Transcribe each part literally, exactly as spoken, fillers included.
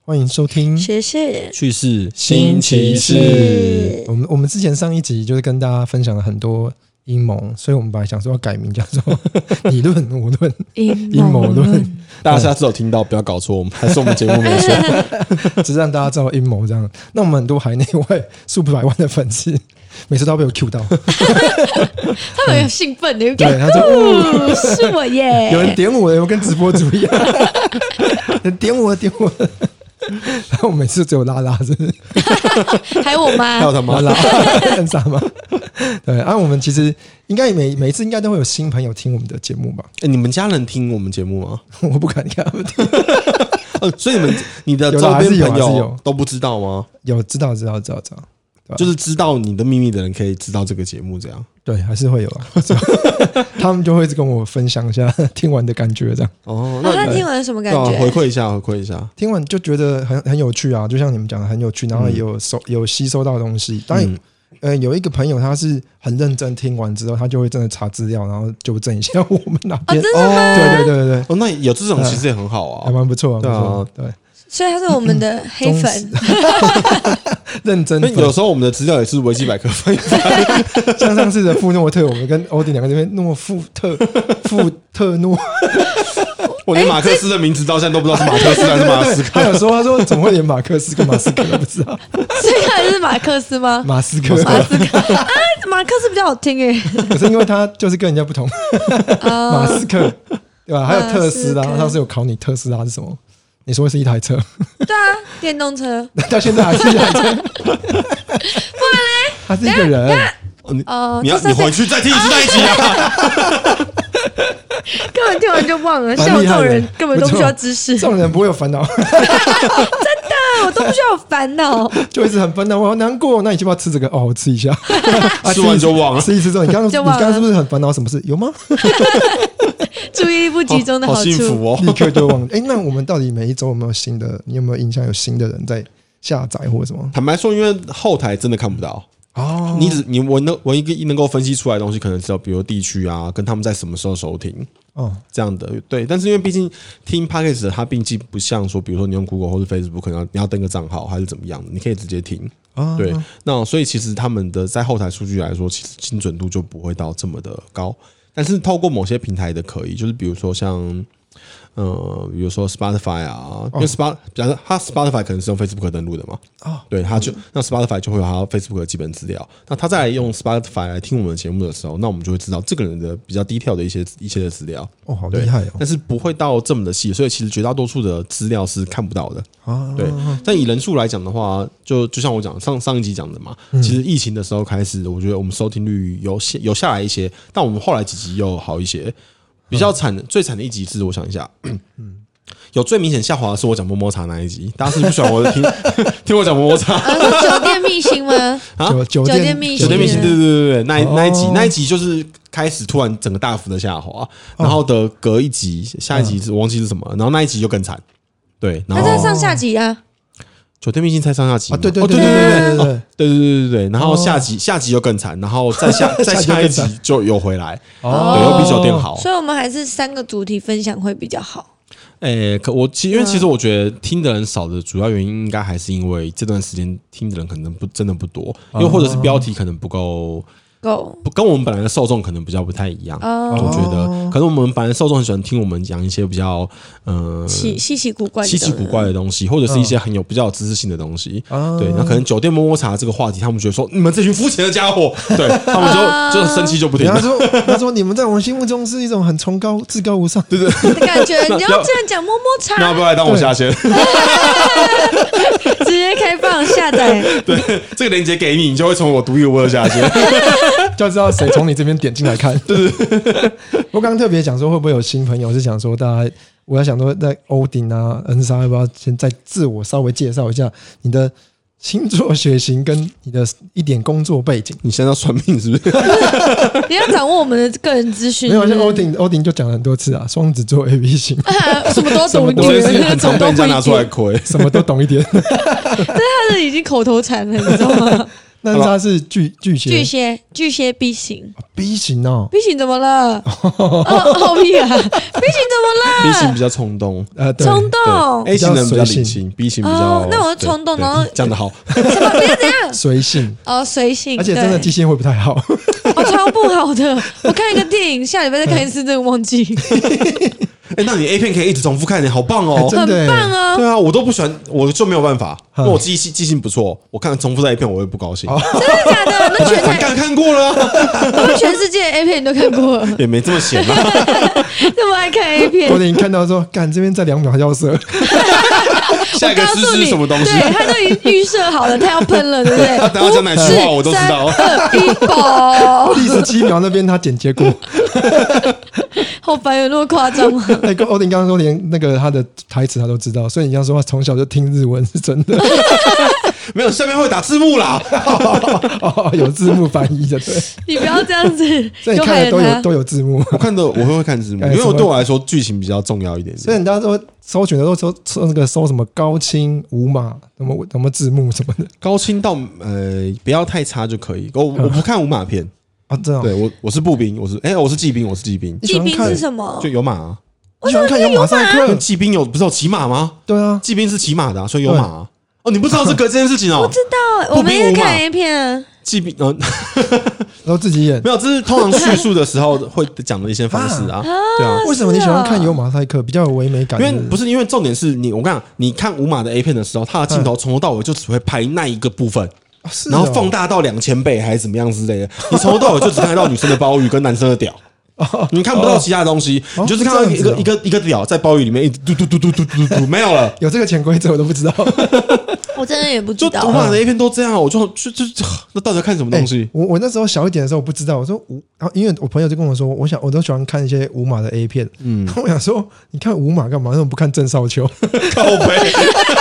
欢迎收听学士去世新奇士。 我们我们之前上一集就是跟大家分享了很多阴谋，所以我们本来想说要改名叫做理论无论阴谋论。 大家下次有听到不要搞错，我们还是我们节目没错， 只是让大家知道阴谋这样。那我们很多海内外数百万的粉丝，每次都要被我 Q 到， 他们很兴奋的， 对，他说、 哦、是我耶， 有人点我了，我跟直播主一样，人点我点我。然后我每次只有拉拉，是不是？ 还有我妈， 还有他妈拉很傻吗？对，啊，我们其实应该每每次应该都会有新朋友听我们的节目吧？ 欸、你们家人听我们节目吗？ 我不敢看他们听。 呃，所以你们你的周边朋友都不知道吗？ 有知道知道知道知道。 就是知道你的秘密的人可以知道这个节目，这样对，还是会有啊。他们就会一直跟我分享一下听完的感觉，这样。 哦， 那他听完什么感觉？ 啊、回馈一下，回馈一下。 听完就觉得很很有趣啊，就像你们讲的很有趣，然后也有收、嗯、有吸收到的东西。当然、嗯，呃，有一个朋友他是很认真听完之后，他就会真的查资料，然后纠正一下我们哪边。 哦，真的吗？ 对对对对对。 哦，那有这种其实也很好啊， 还蛮不错啊， 对啊， 对。 所以他是我们的黑粉， 认真粉。 有时候我们的资料也是维基百科翻译， 像上次的富诺特，我们跟欧迪两个这边诺富特富特诺， 我连马克思的名字到现在都不知道是马克思还是马斯克。 他有说，他说怎么会连马克思跟马斯克都不知道？ 所以他是马克思吗？ 马斯克， 马斯克啊，马克思比较好听诶。 可是因为他就是跟人家不同，马斯克对吧？还有特斯拉，他是有考你特斯拉是什么？你说是一台车？ 对啊，电动车。 到现在还是一台车？不然嘞？他是一个人。 哦， 你要你回去再听一次那一集啊！ 根本听完就忘了，像我这种人根本都不需要知识。 这种人不会有烦恼。 真的，我都不需要有烦恼。 就一直很烦恼，我好难过。那你就不要吃这个哦，我吃一下。 吃完就忘了。 吃一次之后，你刚刚你刚刚是不是很烦恼？什么事？有吗？ 注意力不集中的好处， 好幸福哦， 立刻就忘了。哎，那我们到底每一周有没有新的？你有没有印象有新的人在下载或者什么？ 坦白说，因为后台真的看不到哦，你只你我能我一个能够分析出来的东西，可能只有比如地区啊，跟他们在什么时候收听哦这样的对。但是因为毕竟听 Podcast 它并既不像说，比如说你用 Google 或是 Facebook， 可能你要登个账号还是怎么样的，你可以直接听。哦、对，那所以其实他们的在后台数据来说，其实精准度就不会到这么的高。但是透过某些平台的可以，就是比如说像呃，比如说 Spotify 啊，因为 Spot， 假设它 Spotify 可能是用 Facebook 登录的嘛，哦，对，它就那 Spotify 就会有它 Facebook 的基本资料。那他再来用 Spotify 来听我们的节目的时候，那我们就会知道这个人的比较detail的一些一些的资料。 哦，好厉害哦！ 但是不会到这么的细，所以其实绝大多数的资料是看不到的。啊，对。但以人数来讲的话，就就像我讲上上一集讲的嘛，嗯、其实疫情的时候开始，我觉得我们收听率有有下来一些，但我们后来几集又好一些。比较惨的、最惨的一集是，我想一下，有最明显下滑的是我讲摸摸茶那一集，大家是不是不喜欢我听听我讲摸摸茶？ 啊，是酒店秘辛吗？ 啊，酒店秘辛， 酒店秘辛，对对对对，那那一集那一集就是开始突然整个大幅的下滑，然后的隔一集，下一集是我忘记是什么，然后那一集就更惨，对，然后他在上下集啊。 酒店秘辛才上下集啊，对对对对对对对对对对对对，然后下集下集又更惨，然后再下再下一集就有回来，哦，对，又比酒店好， 所以我们还是三个主题分享会比较好。 诶，可我其因为其实我觉得听的人少的主要原因，应该还是因为这段时间听的人可能不真的不多，因为或者是标题可能不够。 够跟我们本来的受众可能比较不太一样，哦、我觉得可能我们本来的受众很喜欢听我们讲一些比较呃稀稀奇古怪、 稀奇古怪的东西，或者是一些很有比较有知识性的东西。哦、对，那可能酒店摸摸茶这个话题，他们觉得说你们这群肤浅的家伙，对他们就就很生气就不听。 他说他说你们在我们心目中是一种很崇高、至高无上， 对对的感觉。你要这样讲摸摸茶， 那要不要来当我下线？ 直接开放下载。 对，这个链接给你，你就会从我独一无二下线， 就知道谁从你这边点进来看。对对对。我刚刚特别讲说，会不会有新朋友是想说，大家我要想说，在欧鼎啊、恩莎，要不要先再自我稍微介绍一下你的星座血型跟你的一点工作背景？ 你现在要算命是不是？ 你要掌握我们的个人资讯。 没有，像欧鼎，欧鼎就讲了很多次啊，双子座 A B 型， 啊、什么都懂一点， 我真是很常被人家拿出来亏， 什么都懂一点。 但他是已经口头禅了，你知道吗？ 那它是巨巨蟹， 巨蟹巨蟹 B 型 ，B 型哦 ，B 型怎么了？哦，好屁啊 ！B 型怎么了 ？B 型比较冲动， 呃， 冲动。 A 型人比较理性 ，B 型比较…… 哦，那我是冲动，然后讲得好， 什么不要这样？ 随性哦，随性， 而且真的记性会不太好， 我超不好的。我看一个电影，下礼拜再看一次，真的忘记。 哎，那你 A 片可以一直重复看，你好棒哦， 真的很棒啊！ 对啊，我都不喜欢，我就没有办法，因为我记性记性不错，我看重复的 A 片我会不高兴。 真的假的？那全台看过了， 那全世界 A 片你都看过了， 也没这么闲啊， 这么爱看 A 片。 我连看到说，干这边再两秒要射， 下一个姿势是什么东西？ 对，他都已经预设好了，他要喷了，对不对？ 他等下讲哪句话我都知道。 二一爆， 第十七秒那边他剪接过， 好烦，有那么夸张吗？ 哎，欧丁刚刚说连那个他的台词他都知道，所以你刚说他从小就听日文是真的。 没有，下面会打字幕啦， 哦，有字幕翻译的，对。 你不要这样子， 所以你看的都有都有字幕。 我看的我会会看字幕，因为我对我来说剧情比较重要一点点。 所以人家说搜寻的都搜搜那个搜什么高清无码，什么什么字幕什么的， 高清到呃不要太差就可以。我我不看无码片啊，这样。 对我我是步兵，我是哎、欸、我是骑兵，我是骑兵。 骑兵是什么？ 就有马啊。 我喜欢看有马赛克。 骑兵有不是有骑马吗？ 对啊， 骑兵是骑马的、啊，所以有马、啊。哦，你不知道这个这件事情哦？ 我知道，我们也看 A 片啊。 骑兵呃， 然后自己演， 没有，这是通常叙述的时候会讲的一些方式啊。对啊， 为什么你喜欢看有马赛克，比较有唯美感？ 因为不是因为重点是你，我跟你讲，你看无码的 A 片的时候，它的镜头从头到尾就只会拍那一个部分。然后放大到两千倍还是怎么样之类的，你从头到尾就只看得到女生的鲍鱼跟男生的屌，你看不到其他东西，你就是看到一个一个一个屌在鲍鱼里面一直嘟嘟嘟嘟嘟嘟嘟，没有了。 有这个潜规则我都不知道， 我真的也不知道。 就无码的 A 片都这样，我就就就那到底看什么东西？ 我我那时候小一点的时候我不知道，我说无，然后因为我朋友就跟我说，我想我都喜欢看一些无码的 A 片，嗯，我想说你看无码干嘛？为什么不看郑少秋？ 靠北。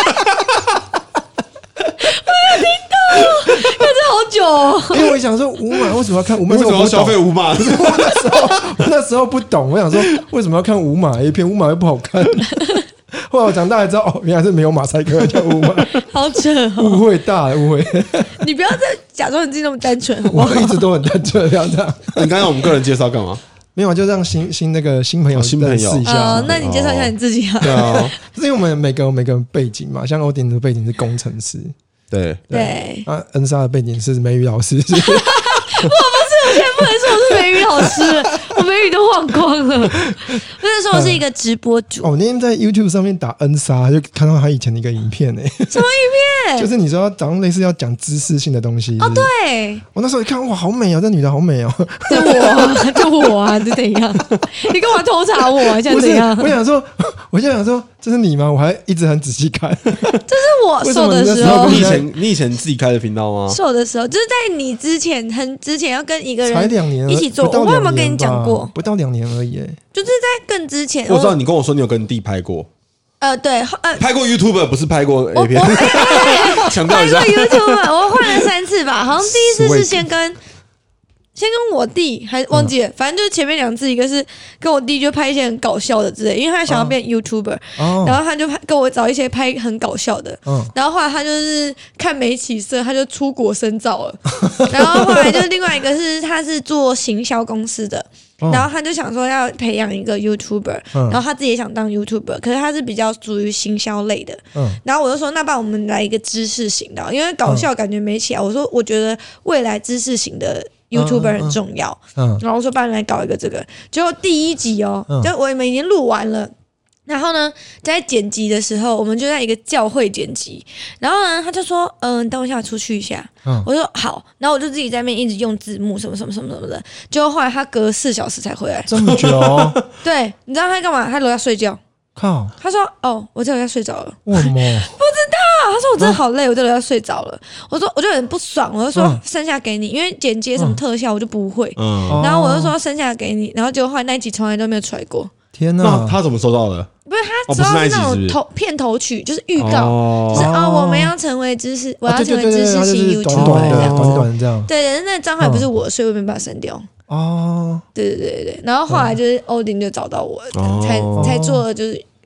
看这好久、哦， 因为我想说五码为什么要看五码？ 为什么要消费五码？ 我那时候我那时候不懂，我想说为什么要看五码 A 片？五码又不好看。后来我长大才知道，哦，原来是没有马赛克叫五码， 好扯、哦， 误会大了，误会。 你不要再假装你自己那么单纯，好不好？ 我一直都很单纯，这样这样。 你刚才我们个人介绍干嘛？ 没有，就让新新那个新朋友新朋友试一下。 哦，那你介绍一下你自己啊？ 对啊， 是因为我们每个每个人背景嘛，像欧丁的背景是工程师， 对对， 啊，恩莎的背景是美语老师。是我不是，我现在不能说我是美语老师，我美语都忘光了。不是说我是一个直播主。 哦，我那天在 YouTube 上面打恩莎，就看到他以前的一个影片诶、欸。 什么影片？ 就是你说要讲类似要讲知识性的东西。 哦，对。 我那时候一看，哇，好美哦，这女的好美哦。 就我，就我啊，是怎样？你干嘛偷查我啊？像怎样？ 我想说，我就想说，这是你吗？我还一直很仔细看。 这是我瘦的时候。 你以前你以前自己开的频道吗？ 瘦的时候，就是在你之前，很之前要跟一个人才两年一起做，我有没有跟你讲过？ 不到两年而已， 就是在更之前。 我知道你跟我说你有跟你弟拍过。 呃，对，呃， 拍过 YouTube 不是拍过 A 片，强调一下。 拍过 YouTube， 我换了三次吧，好像第一次是先跟先跟我弟，还忘记了，嗯、反正就是前面两次，一个是跟我弟就拍一些很搞笑的之类，因为他想要变 YouTuber，、哦、然后他就拍跟我找一些拍很搞笑的，哦、然后后来他就是看没起色，他就出国深造了，然后后来就是另外一个是他是做行销公司的。然后他就想说要培养一个 YouTuber，、嗯、然后他自己也想当 YouTuber， 可是他是比较属于行销类的。嗯、然后我就说，那不然我们来一个知识型的，因为搞笑感觉没起来。我说，我觉得未来知识型的 YouTuber 很重要。嗯嗯、然后我说，不然来搞一个这个。结果第一集哦，嗯、就我们已经录完了。然后呢，在剪辑的时候，我们就在一个教会剪辑。然后呢，他就说：“嗯、呃，等我一下，出去一下。嗯”我说：“好。”然后我就自己在那边一直用字幕，什么什么什么什么的。结果后来他隔四小时才回来， 这么久？对， 你知道他干嘛？他楼下睡觉。 靠！ 他说：“哦，我在楼下睡着了。” 为什么？不知道。他说：“我真的好累，我在楼下睡着了。”我说：“我就很不爽。”我就说：“嗯、剩下给你，因为剪接什么特效我就不会。嗯”然后我就说：“剩下给你。”然后结果后来那一集从来都没有出来过。 天哪！ 那他怎么收到的？ 不是他收到那种头片头曲，就是预告，哦、就是啊、哦，我们要成为知识，我要成为知识型 YouTuber， 短短短这样。 对的，那账号也不是我，所以我没办法删掉。哦，对对对对，然后后来就是欧丁就找到我，哦、才才做了就是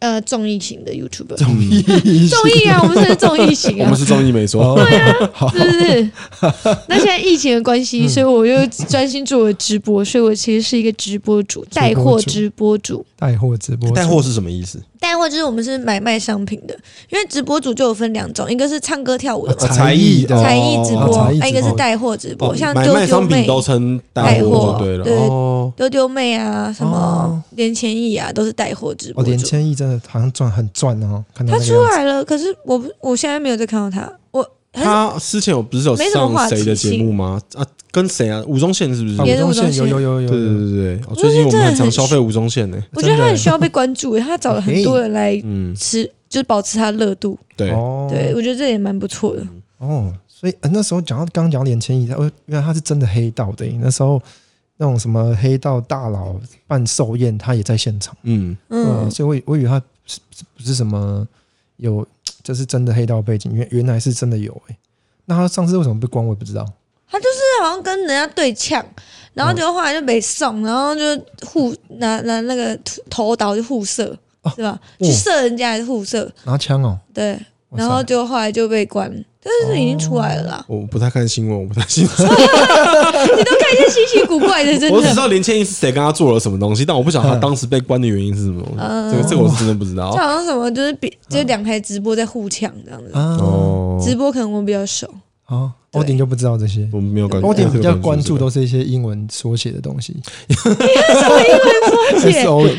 呃综艺型的 YouTuber， 综艺综艺啊，我们是综艺型啊， 我们是综艺没错， 对啊，是不是？那现在疫情的关系，所以我就专心做我的直播，所以我其实是一个直播主，带货直播主。 带货直播主， 带货是什么意思？ 带货就是我们是买卖商品的，因为直播主就有分两种，一个是唱歌跳舞的嘛，才艺的才艺直播， 啊一个是带货直播，像买卖商品都称带货，对了， 对，丢丢妹啊，什么连千亿啊，都是带货直播。 哦，连千亿真的好像赚很赚哦，看到他出来了，可是我我现在没有再看到他，我。 他之前有不是有上谁的节目吗？啊，跟谁啊？吴宗宪是不是？ 也是吴宗宪， 有有有有。 对对对对，最近我们很常消费吴宗宪呢。 我觉得他很需要被关注，他找了很多人来吃，就是保持他的热度。 对对，我觉得这也蛮不错的。 哦，所以那时候讲到刚刚讲连千亿，原来他是真的黑道的。那时候那种什么黑道大佬办寿宴，他也在现场。嗯嗯，所以我我以为他不是什么有。这是真的黑道背景，原原来是真的有哎、欸，那他上次为什么被关我也不知道。 他就是好像跟人家对呛，然后结果后来就没送，然后就互拿拿那个头刀就互射，哦、是吧？去射人家还是互射？ 拿枪哦。 对，然后就后来就被关，但是已经出来了啦。 我不太看新闻，我不太清楚。 你都看一些稀奇古怪的，真的。 我只知道连千亿是谁跟他做了什么东西，但我不晓得他当时被关的原因是什么。嗯、这个这个我是真的不知道。 就好像什么就是比就是两台直播在互呛这样子。哦，直播可能我比较熟。 哦，欧丁就不知道这些， 我没有关注。 欧丁比较关注都是一些英文缩写的东西。 你看什么英文缩写 ？S O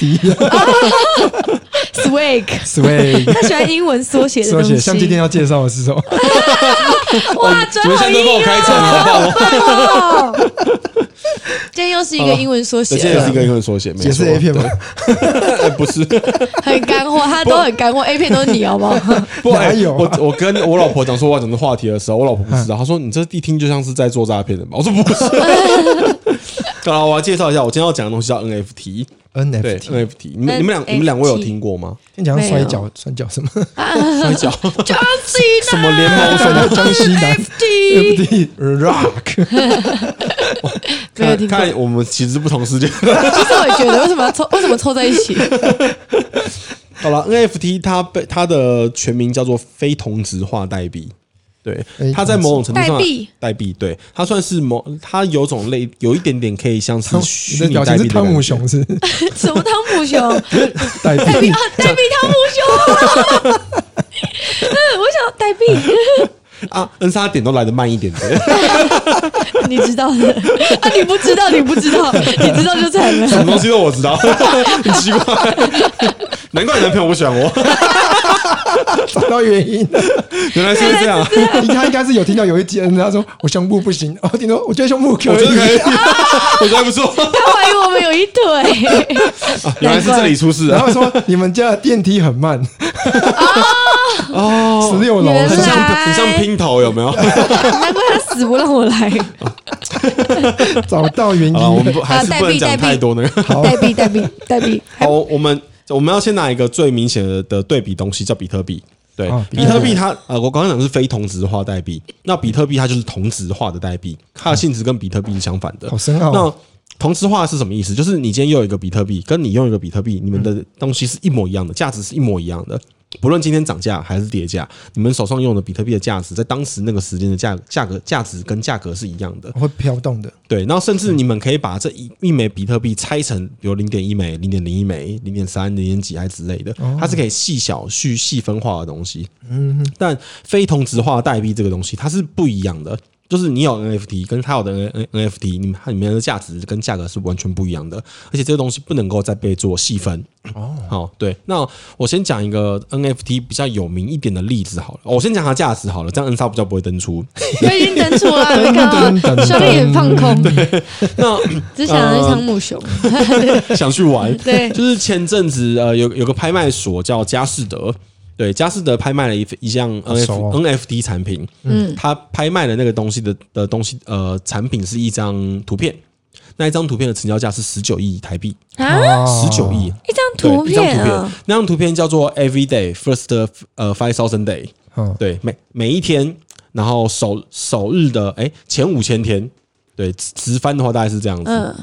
D。Swag，Swag， 他喜欢英文缩写的东西。 缩写，像今天要介绍的是什么？ 哇，转好音乐，开场好棒！今天又是一个英文缩写， 今天也是一个英文缩写， 也是 A 片吗？ 不是， 很干货，他都很干货 ，A 片都是你，好不好？ 不，哪有？我我跟我老婆讲说我要讲这话题的时候，我老婆不知道，她说你这一听就像是在做诈骗的吧？我说不是。好了，我要介绍一下，我今天要讲的东西叫 N F T。N F T，N F T， 你们你们两你们两位有听过吗？ 听讲摔跤，摔跤什么？ 摔跤， 江西什么联盟？ 什么江西男 F T Rock？ 没有听过。 看我们其实不同世界。 其实我也觉得，为什么要凑？为什么凑在一起？ 好了 ，N F T 它被它的全名叫做非同质化代币。对，它在某种程度上，代币，代币，对，它算是某，它有种类，有一点点可以像是虚拟代币的。 汤姆熊是？ 什么汤姆熊？ 代币啊，代币汤姆熊。嗯，我想代币。 啊，恩莎点都来得慢一点的。 你知道的啊？你不知道，你不知道，你知道就惨了。 什么东西都我知道，很奇怪，难怪你男朋友不喜欢我。 找到原因了， 原来是这样。 他应该是有听到有一集，人家说我胸部不行，我听说我觉得胸部可以， 我觉得可以，我觉得不错。 他怀疑我们有一腿， 原来是这里出事。 然后说你们家的电梯很慢。哦，十六楼， 很像很像拼头，有没有？ 难怪他死不让我来。 找到原因， 我们还是不能讲太多那个。 代币，代币，代币。 好，我们我们要先拿一个最明显的对比东西，叫比特币。对，比特币它呃，我刚刚讲的是非同质化代币，那比特币它就是同质化的代币，它的性质跟比特币是相反的。 好深奥。 那同质化是什么意思？就是你今天拥有一个比特币，跟你拥有一个比特币，你们的东西是一模一样的，价值是一模一样的。不论今天涨价还是跌价，你们手上用的比特币的价值，在当时那个时间的价价格价值跟价格是一样的， 会飘动的。 对，然后甚至你们可以把这一一枚比特币拆成，比如零点一枚、零点零一枚、零点三、零点几还之类的，它是可以细小、去细分化的东西。嗯，但非同质化代币这个东西，它是不一样的。就是你有 N F T 跟他有的 N F T， 你们它里面的价值跟价格是完全不一样的，而且这个东西不能够再被做细分。哦，好，对，那我先讲一个 N F T 比较有名一点的例子好了，我先讲它价值好了，这样 N 莎比较不会登出。 我已经登出了，你看到双眼放空， 对，那只想要汤姆熊， 想去玩， 对， 就是前阵子呃有有个拍卖所叫佳士得。对，佳士得拍卖了一一项 N F、哦、N F T 产品，嗯，他拍卖的那个东西的的东西，呃，产品是一张图片，那一张图片的成交价是十九亿台币啊，十九亿一张图片啊， 那张图片叫做 Every Day First 呃 Five Thousand Day，、嗯、对，每每一天，然后首首日的哎前五千天，对，直翻的话大概是这样子，嗯嗯，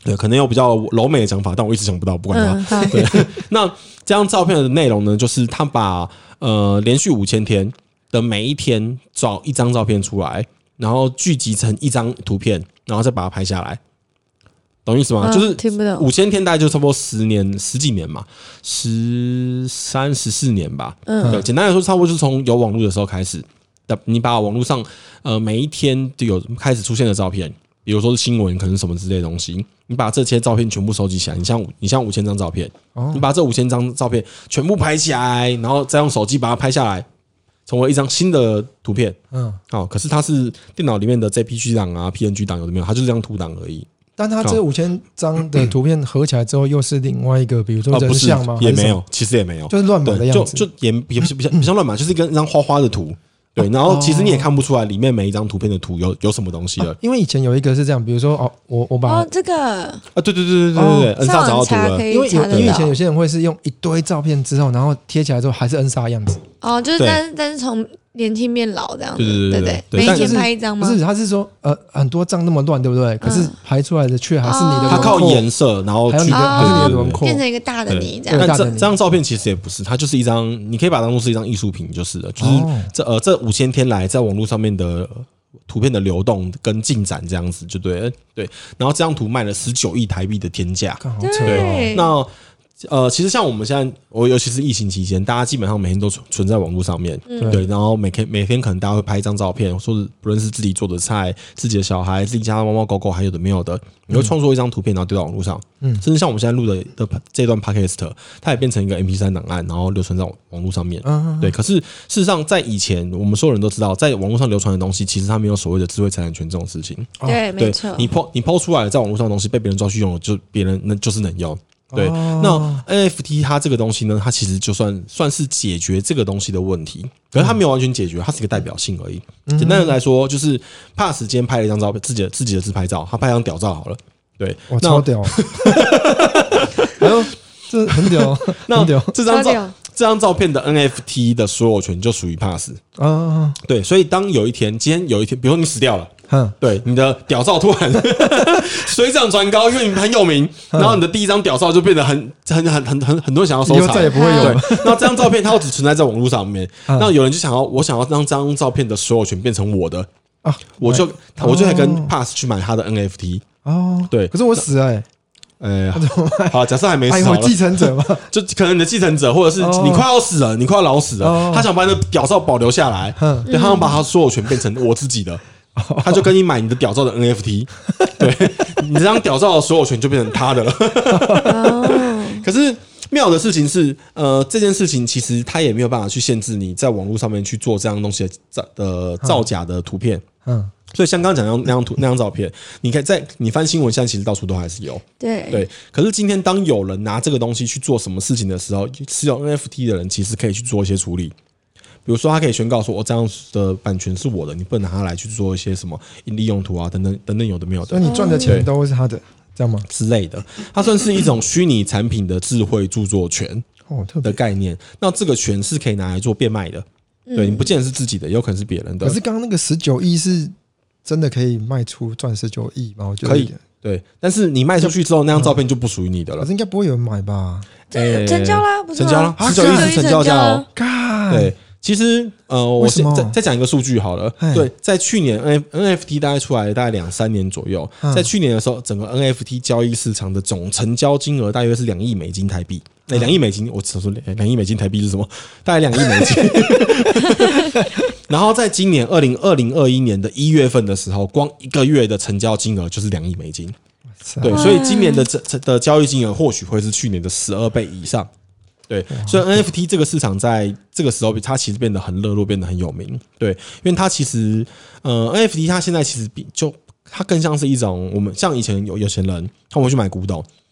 对，可能有比较柔美的讲法，但我一直想不到，不管它。嗯、对，那这张照片的内容呢，就是他把呃连续五千天的每一天找一张照片出来，然后聚集成一张图片，然后再把它拍下来，懂意思吗？嗯、就是五千天大概就差不多十年十几年嘛，十三十四年吧。嗯，对，简单来说，差不多就是从有网络的时候开始，你把网络上呃每一天就有开始出现的照片。比如说是新闻，可能什么之类的东西，你把这些照片全部收集起来，你像你像五千张照片，哦、你把这五千张照片全部拍起来，然后再用手机把它拍下来，成为一张新的图片。嗯，好、哦，可是它是电脑里面的 J P G 档啊、P N G 档有的没有？它就是这张图档而已。 但它这五千张的图片合起来之后，又是另外一个，比如说人像吗？ 也没有，其实也没有， 就是乱码的样子， 就就也也不是不像不像乱码，就是一张花花的图。对，然后其实你也看不出来里面每一张图片的图有有什么东西了、啊， 因为以前有一个是这样，比如说哦，我我把哦这个啊， 对对对对对对对，恩莎找到图了， 因为因为以前有些人会是用一堆照片之后，然后贴起来之后还是恩莎样子， 哦，就是但但是从年轻变老这样子， 对对对对对，每一天拍一张吗？ 不是，他是说呃很多张那么乱，对不对？可是拍出来的却还是你的轮廓， 它靠颜色，然后还有你的还是你的轮廓变成一个大的你这样。 但这这张照片其实也不是，它就是一张，你可以把它当做是一张艺术品就是了，就是这呃这五千天来在网络上面的图片的流动跟进展这样子就对了，对。然后这张图卖了十九亿台币的天价， 对， 那。呃，其实像我们现在，我尤其是疫情期间，大家基本上每天都存在网络上面，嗯、对，然后每天每天可能大家会拍一张照片，说是不论是自己做的菜、自己的小孩、自己家的猫猫狗狗，还有的没有的，你会创作一张图片，然后丢到网络上，嗯，甚至像我们现在录的的这段 podcast， 它也变成一个 M P 三 档案，然后流传在网络上面，嗯，对。可是事实上，在以前，我们所有人都知道，在网络上流传的东西，其实它没有所谓的智慧财产权这种事情， 对，没错。 你 po 你 po 出来在网络上的东西被别人抓去用了，就别人那就是能用。对，那 N F T 它这个东西呢，它其实就算算是解决这个东西的问题，可是它没有完全解决，它是一个代表性而已。嗯、简单的来说，就是 Pass 今天拍了一张照片，自己的自己的自拍照，他拍一张屌照好了。对， 哇，超屌！哎呦，这很屌， 那这张照这张照片的 N F T 的所有权就属于 Pass 啊。对，所以当有一天，今天有一天，比如说你死掉了。对，你的屌照突然水涨船高，因为你很有名，然后你的第一张屌照就变得很很很很很很多人想要收藏， 再也不会有了。 那这张照片它只存在在网络上面，那有人就想要，我想要让这张照片的所有权变成我的啊，我就我就可以跟 Pass 去买他的 N F T 哦。对， 可是我死了哎、欸。 哎，好，假设还没死， 我继承者嘛， 就可能你的继承者，或者是你快要死了，你快要老死了，他想把你的屌照保留下来，对，他想把他所有权变成我自己的。他就跟你买你的屌照的 N F T， 对，你这张屌照的所有权就变成他的了。可是妙的事情是，呃，这件事情其实他也没有办法去限制你在网络上面去做这样东西的造的造假的图片。嗯，所以像刚刚讲那张图那张照片，你可以在你翻新闻，现在其实到处都还是有。 对对，可是今天当有人拿这个东西去做什么事情的时候，持有 N F T 的人其实可以去做一些处理。比如说，他可以宣告说：“我、哦、这样的版权是我的，你不能拿它来去做一些什么盈利用途啊，等等等等，有的没有的。” 所以你赚的钱都会是他的，这样吗？ 之类的，它算是一种虚拟产品的智慧著作权的概念。那这个权是可以拿来做变卖的，嗯、对你不见得是自己的，有可能是别人的。 可是刚刚那个十九亿是真的可以卖出赚十九亿吗？我觉得可以，对。但是你卖出去之后，那张照片就不属于你的了。 可是应该不会有人买吧？ 欸、成交啦，不是成交了，十九亿是成交价哦。对。其实，呃，我再再讲一个数据好了。对，在去年 N F T 大概出来大概两三年左右，在去年的时候，整个 N F T 交易市场的总成交金额大约是两亿美金台币。哎、欸，两亿美金，我只说两亿美金台币是什么？大概两亿美金。然后在今年二零二零二一年的一月份的时候，光一个月的成交金额就是两亿美金。对，所以今年的这的交易金额或许会是去年的十二倍以上。对，所以 N F T 这个市场在这个时候，它其实变得很热络，变得很有名。对，因为它其实，呃 ，N F T 它现在其实比就它更像是一种我们像以前有有钱人他们会去买古董，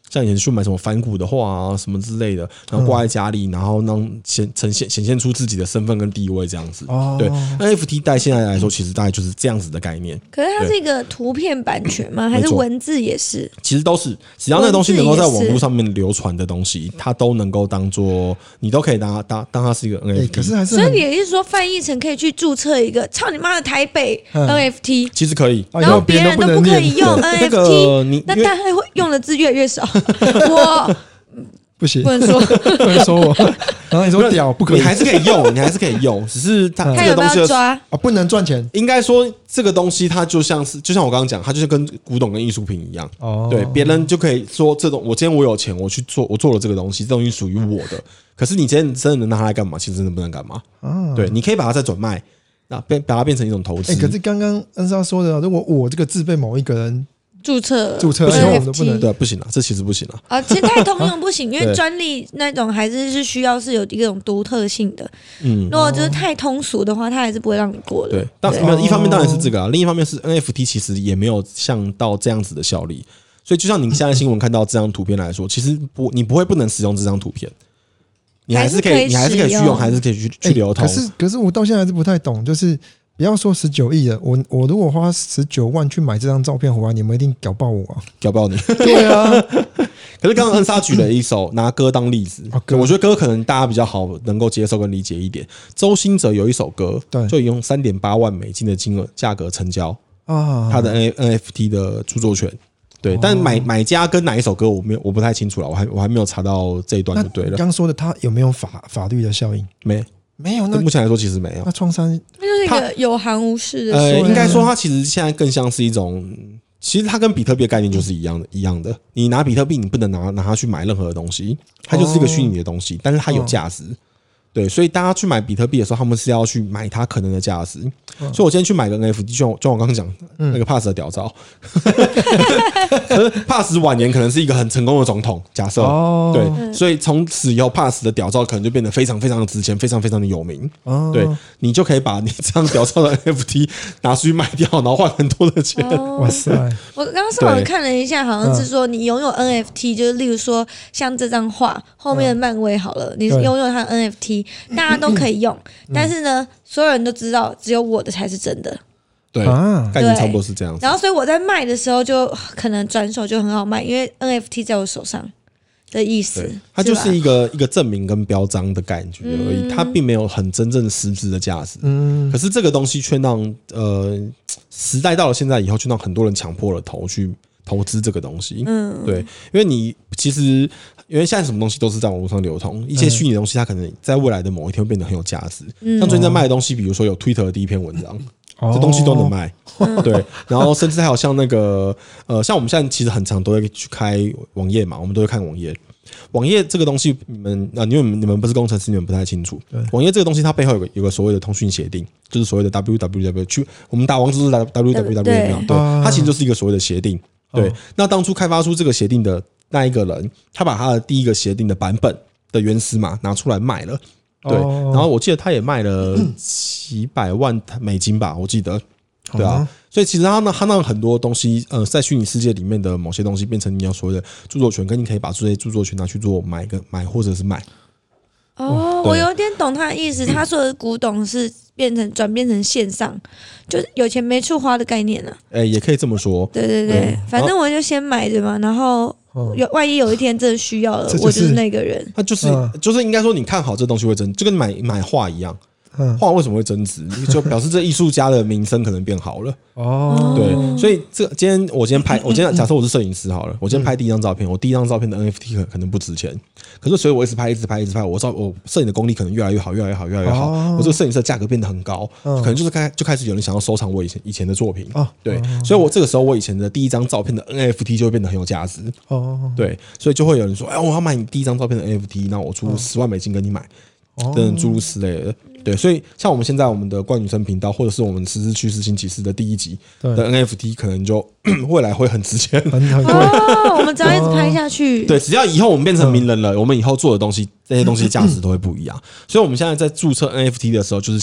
像以前去买什么反骨的画啊什么之类的，然后挂在家里，然后让显呈现显现出自己的身份跟地位这样子。哦，对 ，N F T 在现在来说，其实大概就是这样子的概念。 可是它是一个图片版权吗？还是文字也是？ 其实都是，只要那个东西能够在网络上面流传的东西，它都能够当做你都可以当它当当它是一个 N F T。 可是还是所以也就是说，翻译成可以去注册一个操你妈的台北 N F T， 其实可以， 然后别人都不可以用 N F T，那大概会用的字越来越少。我不行， 不能说， 不能说我。然后你说屌不可以， 你还是可以用，你还是可以用，只是它这个东西抓啊，不能赚钱。 应该说这个东西它就像是，就像我刚刚讲，它就是跟古董跟艺术品一样。哦，对，别人就可以说这种，我今天我有钱，我去做，我做了这个东西，这东西属于我的。可是你今天真的能拿它来干嘛？其实真的不能干嘛。啊，对，你可以把它再转卖，那变把它变成一种投资。 哎，可是刚刚恩莎说的，如果我这个字被某一个人注册注册， 不行， 我们都不能， 对，不行了，这其实不行了啊。其实太通用不行，因为专利那种还是是需要是有一种独特性的。嗯，如果就是太通俗的话，它还是不会让你过的。 对，当一方面当然是这个啊，另一方面是 N F T 其实也没有像到这样子的效力，所以就像你现在新闻看到这张图片来说，其实不，你不会不能使用这张图片。你还是可以，你还是可以去用，还是可以去去流通。 可是，可是我到现在还是不太懂，就是不要说十九亿的，我我如果花十九万去买这张照片回来，你们一定屌爆我啊！ 屌爆你！ 对啊。 可是刚刚恩莎举了一首拿歌当例子，哦、我觉得歌可能大家比较好能够接受跟理解一点。周兴哲有一首歌，对，就用三点八万美金的金额价格成交啊，他的 N F T 的著作权。对，但买买家跟哪一首歌我没有，我不太清楚了，我还我还没有查到这一段就对了。 刚说的他有没有法法律的效应？ 没， 没有。那目前来说其实没有。 那创伤那就是一个有含无视的。 呃，应该说它其实现在更像是一种，其实它跟比特币的概念就是一样的，一样的。你拿比特币，你不能拿拿它去买任何的东西，它就是一个虚拟的东西，但是它有价值。对，所以大家去买比特币的时候，他们是要去买它可能的价值。嗯、所以我今天去买个 N F T，就像就像我刚刚讲那个 Pass 的屌照，可是 Pass 晚年可能是一个很成功的总统，假设、哦、对，所以从此以后 Pass 的屌照可能就变得非常非常的值钱，非常非常的有名。哦、对，你就可以把你这张屌照的 N F T 拿出去卖掉，然后换很多的钱。 哦、哇塞！我刚刚上网看了一下，好像是说你拥有 N F T，、嗯、就是例如说像这张画后面的漫威好了，嗯、你拥有它的 N F T。大家都可以用，嗯、但是呢，所有人都知道，只有我的才是真的。 对，啊、概念差不多是这样子。 然后，所以我在卖的时候，就可能转手就很好卖，因为 N F T 在我手上的意思。 它就是一个一个证明跟标章的感觉而已，嗯、它并没有很真正实质的价值。嗯，可是这个东西却让呃时代到了现在以后，却让很多人抢破了头去投资这个东西。嗯，对，因为你其实。因为现在什么东西都是在网络上流通，一些虚拟的东西它可能在未来的某一天会变得很有价值。嗯、像最近在卖的东西，比如说有 Twitter 的第一篇文章，哦、这东西都能卖。嗯、对，然后甚至还有像那个呃，像我们现在其实很常都会去开网页嘛，我们都会看网页。网页这个东西，你们啊，因为你们不是工程师，你们不太清楚。网页这个东西，它背后有个有个所谓的通讯协定，就是所谓的 W W W。去我们打网址是 W W W， 对，它其实就是一个所谓的协定。对，哦、那当初开发出这个协定的那一个人，他把他的第一个协定的版本的原始码拿出来卖了，对，哦、然后我记得他也卖了几百万美金吧，我记得，对啊，所以其实他那他那很多东西，呃，在虚拟世界里面的某些东西变成你要所谓的著作权，跟你可以把这些著作权拿去做买跟买或者是卖。 哦，我有点懂他的意思。他说的古董是变成转变成线上，就是有钱没处花的概念呢、啊。 哎、欸，也可以这么说。 对对对，对反正我就先买着嘛，然后有万一有一天真的需要了， 就是、 我就是那个人。 他就是、嗯、就是应该说，你看好这东西会增，就跟买买画一样。画为什么会增值？就表示这艺术家的名声可能变好了。哦，对，所以这今天我今天拍，我今天假设我是摄影师好了，我今天拍第一张照片，我第一张照片的 N F T 可可能不值钱，可是随着我一直拍，一直拍，一直拍，我照我摄影的功力可能越来越好，越来越好，越来越好。我这个摄影师的价格变得很高，可能就是开就开始有人想要收藏我以前以前的作品。对，所以我这个时候我以前的第一张照片的 N F T 就会变得很有价值。哦，对，所以就会有人说，哎，我要买你第一张照片的 N F T， 那我出十万美金跟你买。等诸如此类的，对，所以像我们现在我们的怪女生频道，或者是我们实质趋势新启示的第一集的 N F T， 可能就未来会很值钱， 很很贵。 哦，我们只要一直拍下去， 对，只要以后我们变成名人了，我们以后做的东西，这些东西价值都会不一样。所以我们现在在注册 N F T 的时候，就是先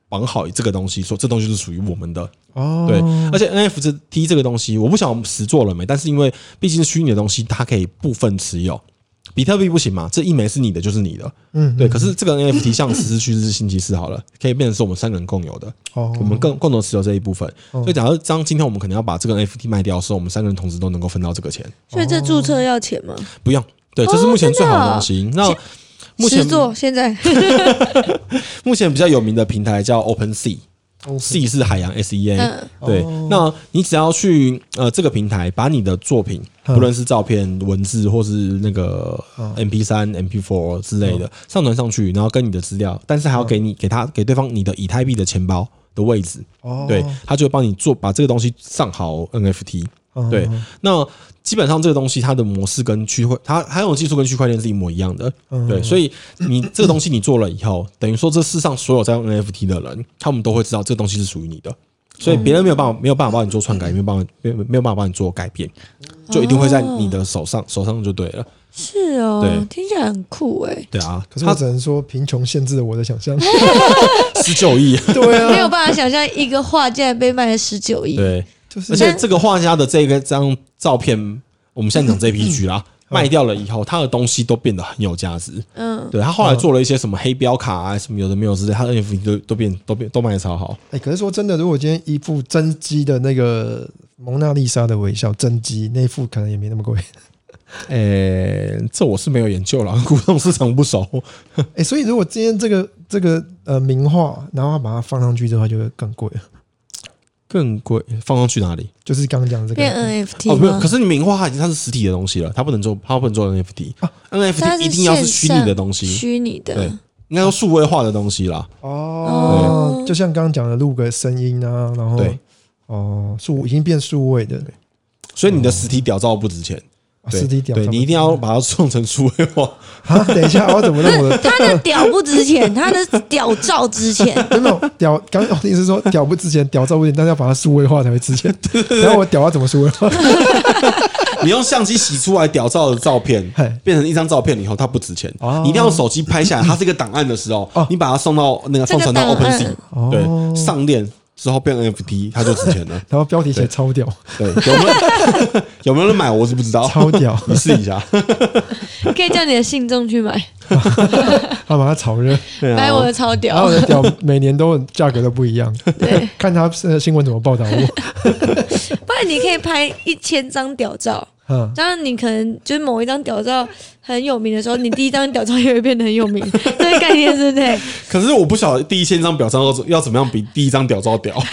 绑好这个东西，说这东西是属于我们的。哦，对，而且 N F T 这个东西，我不晓得我们实做了没，但是因为毕竟是虚拟的东西，它可以部分持有。比特币不行嘛？这一枚是你的，就是你的。嗯，对。可是这个 N F T 像实时趋势星期四好了，可以变成是我们三个人共有的。哦，我们共共同持有这一部分。哦、所以假如当今天我们可能要把这个 N F T 卖掉的时候，我们三个人同时都能够分到这个钱。 所以这注册要钱吗？ 不用。对，这是目前最好的东西。哦、那目前做现在目前比较有名的平台叫 OpenSea。Sea 是海洋 S E A，、嗯、对，哦、那你只要去呃这个平台，把你的作品，不论是照片、文字或是那个 M P 三、M P 四 之类的，哦、上传上去，然后跟你的资料，但是还要给你给他给对方你的以太币的钱包的位置，哦、对，他就会帮你做把这个东西上好 N F T，哦、对，那。基本上这个东西它的模式跟区块，它还有技术跟区块链是一模一样的，嗯、对，所以你这个东西你做了以后，等于说这世上所有在用 N F T 的人，他们都会知道这个东西是属于你的，所以别人没有办法没有办法帮你做篡改，没有办法没有没有办法帮你做改变，就一定会在你的手上手上就对了。 是哦，对，听起来很酷哎、欸。 对啊， 可是我只能说贫穷限制了我的想象。 十九亿， 对啊， 没有办法想象一个画竟然被卖了十九亿， 对。而且这个画家的这个张照片，我们现在讲 J P G 啦，卖掉了以后，他的东西都变得很有价值。嗯，对他后来做了一些什么黑标卡啊，什么有的没有之类，他的 N F T 都都变都变都卖得超好。 哎、欸，可是说真的，如果今天一幅真机的那个蒙娜丽莎的微笑真机，那一幅可能也没那么贵。 哎、欸，这我是没有研究啦，古董市场不熟。 哎、欸，所以如果今天这个这个呃名画，然后把它放上去之后，就会更贵了。 更贵，放上去哪里？ 就是刚刚讲的这个变 N F T 哦，不是，可是你名画它已经它是实体的东西了，它不能做，它不能做 N F T 啊。N F T 一定要是虚拟的东西， 虚拟的， 对，应该说数位化的东西啦。 哦，就像刚刚讲的录个声音啊，然后对，哦，数已经变数位的， 所以你的实体屌照不值钱。 实体屌， 对你一定要把它送成数位化。 啊，等一下，我怎么认我的？ 他的屌不值钱，他的屌照值钱。 没有屌，刚刚意思是说屌不值钱，屌照不值钱，但是要把它数位化才会值钱。然后我屌要怎么数位化？ 你用相机洗出来屌照的照片，变成一张照片以后，它不值钱。哦、你一定要用手机拍下来，它是一个档案的时候，哦、你把它送到那个上传到 OpenSea，、哦、对，上链。之后变 N F T， 它就值钱了。 然后标题写超屌， 对，有没有有没有人买我是不知道。 超屌， 你试一下。 可以叫你的信众去买， 他把它炒热， 买我的超屌。 然后我的屌每年都价格都不一样，对，看他新闻怎么报道我。 不然你可以拍一千张屌照。嗯，这样你可能就是某一张屌照很有名的时候，你第一张屌照也会变得很有名，这个概念是不是？ 可是我不晓得第一千张屌照要怎么样比第一张屌照屌，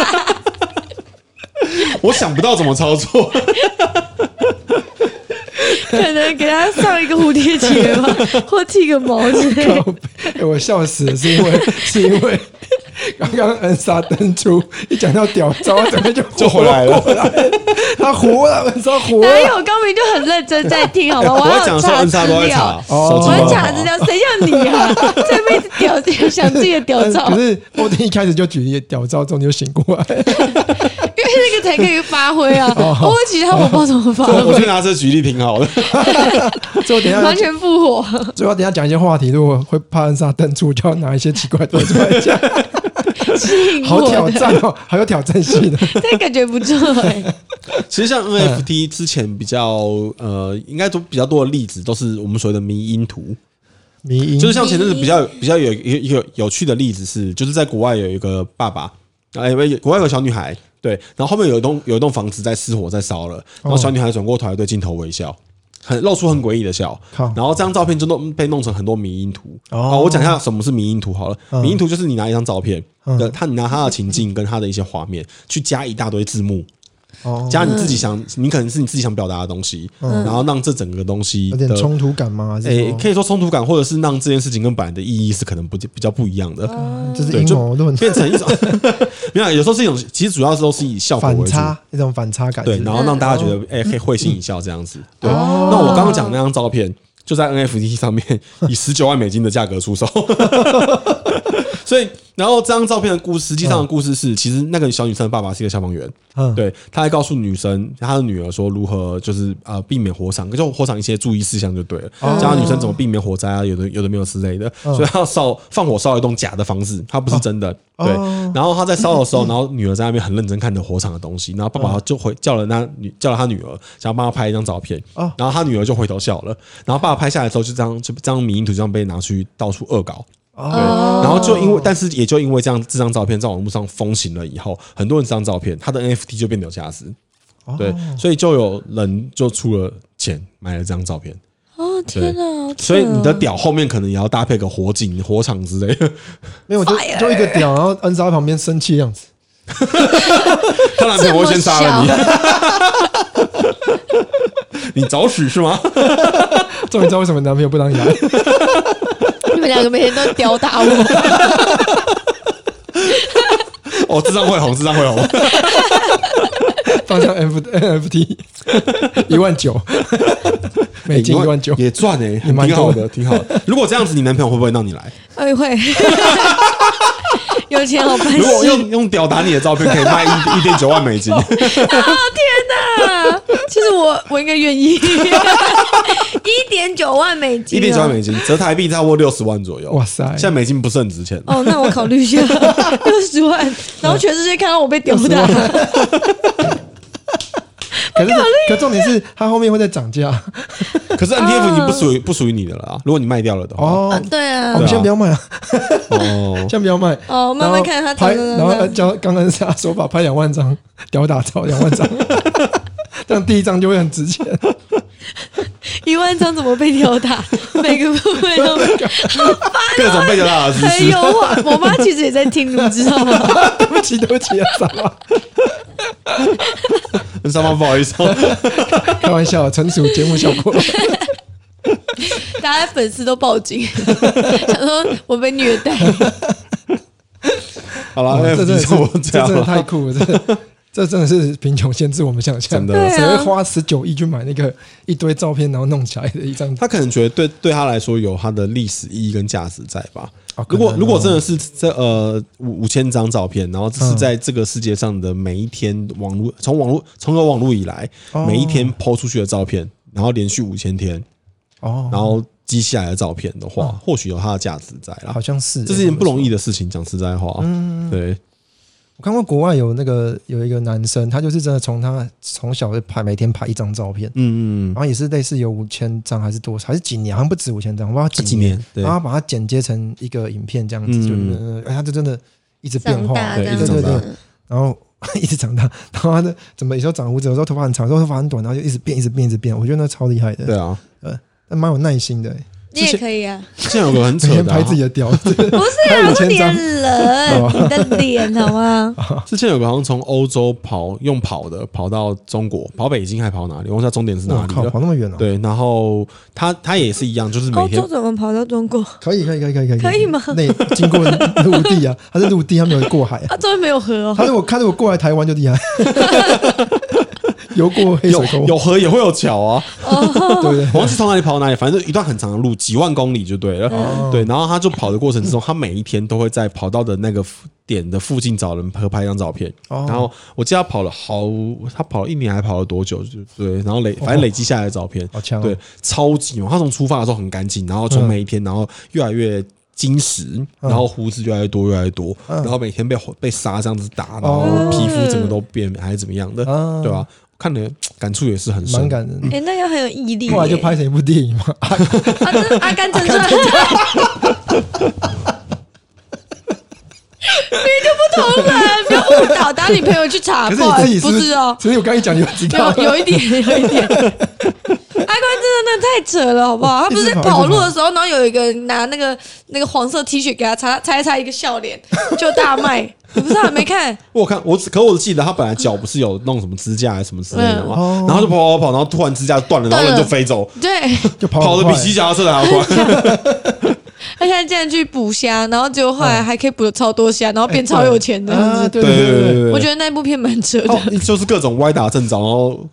我想不到怎么操作。 可能给他上一个蝴蝶结吧，或剃个毛之类的。 欸、我笑死了，是因为是因为刚刚恩莎登出，一讲到屌照，整个就就回来了。 他活了，恩莎活了。 哪有高明就很认真在听，好吧？ 我要讲说恩莎都在查， 我要查资料，谁像你啊？这辈子屌想自己的屌照。 可是欧丁一开始就举例屌照，之后你就醒过来。 因为那个才可以发挥啊！我其他我不知道怎么发挥。 我就拿这举例挺好的。 最后等一下完全复活。 最后等一下讲一些话题，如果会怕恩莎登出，就要拿一些奇怪的东西出来讲。好挑战哦，好有挑战性的， 这感觉不错哎、欸。 其实像 N F T 之前比较呃，应该都比较多的例子，都是我们所谓的迷因图。 迷因就是像前阵子比较比较有一个有趣的例子是，就是在国外有一个爸爸，哎，国外有个小女孩，对，然后后面有一栋有一栋房子在失火在烧了，然后小女孩转过头来对镜头微笑。很露出很诡异的笑，然后这张照片就弄被弄成很多迷因图。哦，我讲一下什么是迷因图好了。嗯、迷因图就是你拿一张照片，嗯、他你拿他的情境跟他的一些画面去加一大堆字幕，哦、加你自己想，你可能是你自己想表达的东西，嗯、然后让这整个东西有点冲突感吗？ 诶、欸，可以说冲突感，或者是让这件事情跟本来的意义是可能不比较不一样的。 哦、这是阴谋论， 变成一种没有，有时候是一种，其实主要都是以效果为主， 反差一种反差感， 对，然后让大家觉得哎、欸、可以会心一笑这样子。对，哦、那我刚刚讲那张照片就在 N F T 上面以十九万美金的价格出售。所以然后这张照片的故事，实际上的故事是，其实那个小女生的爸爸是一个消防员，嗯，对，他还告诉女生她的女儿说如何就是呃避免火场，就火场一些注意事项就对了，教她女生怎么避免火灾啊，有的有的没有之类的，所以他要烧放火烧一栋假的房子，它不是真的，对。然后他在烧的时候，然后女儿在那边很认真看着火场的东西，然后爸爸就回叫了那女叫了他女儿，想要帮他拍一张照片，然后他女儿就回头笑了，然后爸爸拍下来之后，就这样就这张迷因图这样被拿去到处恶搞。对，然后就因为，但是也就因为这样，这张照片在网络上风行了以后，很多人这张照片，它的 N F T 就变得有价值，对，所以就有人就出了钱买了这张照片。 哦天哪！ 所以你的屌后面可能也要搭配个火警、火场之类的。 没有，就就一个屌，然后恩莎在旁边生气的样子。 他男朋友会先杀了你，你找死是吗？ 终于知道为什么男朋友不让你来。 你们两个每天都吊打我。 哦，这张会红，这张会红。 放上 N F T 一万九，美金一万九也赚哎，挺好的，挺好的。如果这样子，你男朋友会不会让你来？ 哎会，有钱好办事。 如果用用屌打你的照片，可以卖一一点九万美金。啊天哪！其实我我应该愿意，一点九万美金， 一点九万美金折台币差不多六十万左右。哇塞！现在美金不是很值钱。 哦，那我考虑一下，六十万，然后全世界看到我被屌打。 可是，可重点是它后面会再涨价。 可是 N T F 已经不属于不属于你的了啊！如果你卖掉了的话， 哦，对啊， 我们先不要卖啊，哦，先不要卖哦，慢慢看它拍，然后教刚刚是他手法拍两万张，屌打照两万张，这样第一张就会很值钱。 一万张怎么被吊打？每个部分都各种被吊打的姿势。 很有话，我妈其实也在听，你知道吗？ 对不起，对不起啊，傻妈。 傻妈不好意思， 开玩笑，纯属节目效果。 大家粉丝都报警，想说我被虐待。 好了， 这真的是这真的太酷了，这这真的是贫穷限制我们想象的。谁会花十九亿去买那个一堆照片，然后弄起来的一张？ 他可能觉得对对他来说有他的历史意义跟价值在吧？如果如果真的是这呃五五千张照片，然后这是在这个世界上的每一天网络从网络从有网络以来每一天 po 出去的照片，然后连续五千天，哦，然后积下来的照片的话，或许有它的价值在啦。 好像是， 这是一件不容易的事情。讲实在话，嗯，对。 我看过国外有那个有一个男生，他就是真的从他从小就拍每天拍一张照片，嗯嗯，然后也是类似有五千张还是多少，还是几年，好像不止五千张，我不知道几几年， 然后把它剪接成一个影片这样子，嗯、就哎，他就真的一直变化， 对，一直长大， 然后一直长大，然后他的怎么有时候长胡子，有时候头发很长，有时候头发很短，然后就一直变，一直变，一直变，我觉得那超厉害的， 对啊， 呃，但蛮有耐心的。 你也可以啊！ 现在有个很扯的、啊， 拍自己的屌，不是啊，是脸人，你的脸好吗？ 之前有个好像从欧洲跑用跑的跑到中国，跑北京还跑哪里？我忘记终点是哪里了。 跑那么远哦。 对，然后他他也是一样，就是每天欧洲怎么跑到中国？ 可以可以可以可以可以可以吗？ 那经过陆地啊，他是陆地，他没有过海、啊。 他这边没有河哦。 他如果看如果过来台湾就厉害。游过黑水沟， 有河也会有桥啊， 哦、 对不对？我忘记从哪里跑到哪里，反正就一段很长的路，几万公里就对了。哦、对，然后他就跑的过程之中，他每一天都会在跑道的那个点的附近找人合拍一张照片。哦、然后我记得他跑了好，他跑了一年还跑了多久？就对，然后累，反正累积下来的照片， 好强、哦， 对，超级猛。他从出发的时候很干净，然后从每一天，然后越来越精实，然后胡子越来越多，越来越多，嗯、然后每天被被沙这样子打，然后皮肤整个都变，还是怎么样的，嗯、对吧？看的感触也是很深， 蛮感人。 哎、欸，那个很有毅力。 后来就拍成一部电影嘛，《阿阿阿甘正传》。你就不同人，不要误导，当你朋友去查， 不好意思， 不是哦。 所以我刚一讲你就知道， 有有一点，有一点。阿甘真的太扯了，好不好？他不是在跑路的时候，然后有一个人拿那个那个黄色 T 恤给他擦，擦一擦一个笑脸就大卖。你不是还没看？ 我看我可我记得他本来脚不是有弄什么支架还是什么之类的吗？嗯、然后就跑跑跑，然后突然支架断了，然后人就飞走， 对， 就跑跑得比骑脚踏车的还要快。 他现在竟然去捕虾，然后结果后来还可以捕了超多虾，然后变超有钱的样子。 对对对对， 我觉得那部片蛮扯的、 哦，就是各种歪打正着，然后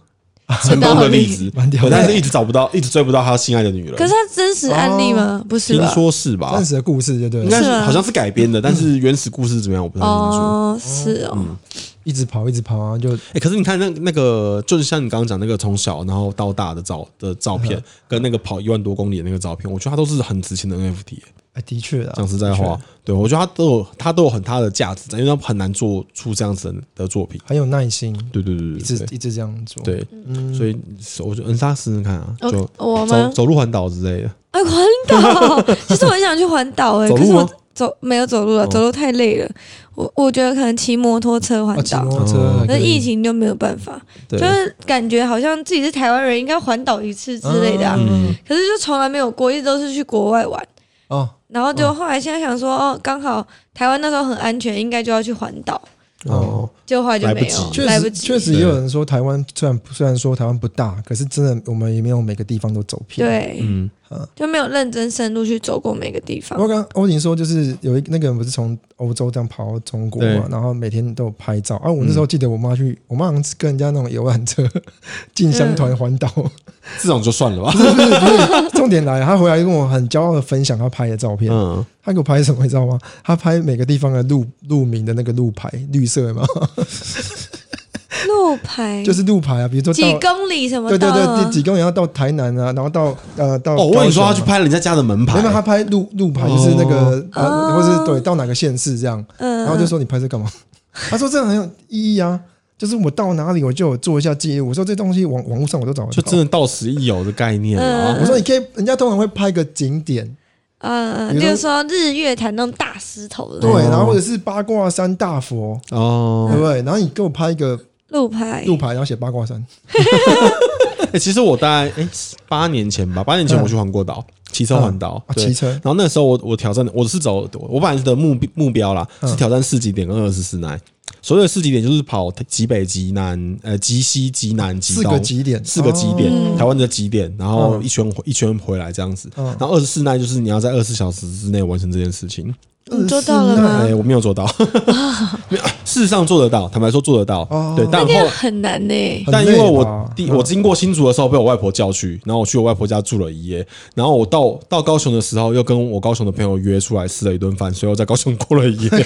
成功的例子，但是一直找不到，一直追不到他心爱的女人。 可是他真实案例吗？不是吧， 听说是吧？ 真实的故事就对了， 应该是好像是改编的，但是原始故事怎么样我不太清楚。 哦，是哦， 嗯，一直跑一直跑啊，就哎，可是你看那那个，就是像你刚刚讲那个从小然后到大的照的照片，跟那个跑一万多公里的那个照片，我觉得它都是很值钱的 N F T。 哎，的确啊， 讲实在话，对我觉得它都有它都有很它的价值在，因为它很难做出这样子的作品， 很有耐心。 对对对对， 一直一直这样做。 对，所以我觉得恩莎试试看啊，就我走走路环岛之类的。 哎，环岛，其实我很想去环岛哎，可是我走没有走路了，走路太累了。我我觉得可能骑摩托车环岛，骑摩托车， 可是疫情就没有办法，就是感觉好像自己是台湾人，应该环岛一次之类的啊。可是就从来没有过，一直都是去国外玩。哦。然后就后来现在想说，哦，刚好台湾那时候很安全，应该就要去环岛。哦，就后来就没有，来不及。 确实也有人说，台湾虽然虽然说台湾不大，可是真的我们也没有每个地方都走遍。 对，嗯，就没有认真深入去走过每个地方。 我刚刚欧婷说，就是有一那个人不是从欧洲这样跑到中国嘛，然后每天都有拍照。啊，我那时候记得我妈去，我妈好像是跟人家那种游览车进香团环岛。 这种就算了吧。 不是不是不是，重点来，他回来跟我很骄傲的分享他拍的照片。嗯，他给我拍什么你知道吗？他拍每个地方的路路名的那个路牌，绿色嘛。 路牌就是路牌啊，比如说几公里什么的， 对对对，几公里要到台南啊，然后到呃到。 哦，我跟你说，他去拍人家家的门牌， 没有他拍路路牌，就是那个、哦啊、或是对到哪个县市这样，嗯、然后就说你拍这干嘛？他说这很有意义啊。就是我到哪里我就有做一下记录，我说这东西网网络上我都找得到， 就真的到此一游的概念啊！ 嗯、我说你可以，人家通常会拍个景点， 嗯，比如说日月潭那种大石头的， 对，然后或者是八卦山大佛，哦，对不对？然后你给我拍一个路牌， 路牌，然后写八卦山。 欸、其实我大概哎八、欸、年前吧，八年前我去环过岛，骑、嗯、车环岛， 骑、啊、车。 然后那时候我我挑战，我是走我本来的目目标啦，嗯、是挑战四极点跟二十四奈。所谓的四极点就是跑极北、极南、呃极西、极南、极东四个极点， 四个极点，哦、台湾的极点，然后一圈、嗯、一圈回来这样子。嗯、然后二十四奈就是你要在二十四小时之内完成这件事情。 你做到了吗？ 哎，我没有做到，事实上做得到，坦白说做得到，哦、对，但后很难呢、欸。 但因为我第我经过新竹的时候被我外婆叫去，然后我去我外婆家住了一夜，然后我到到高雄的时候又跟我高雄的朋友约出来吃了一顿饭，所以我在高雄过了一夜。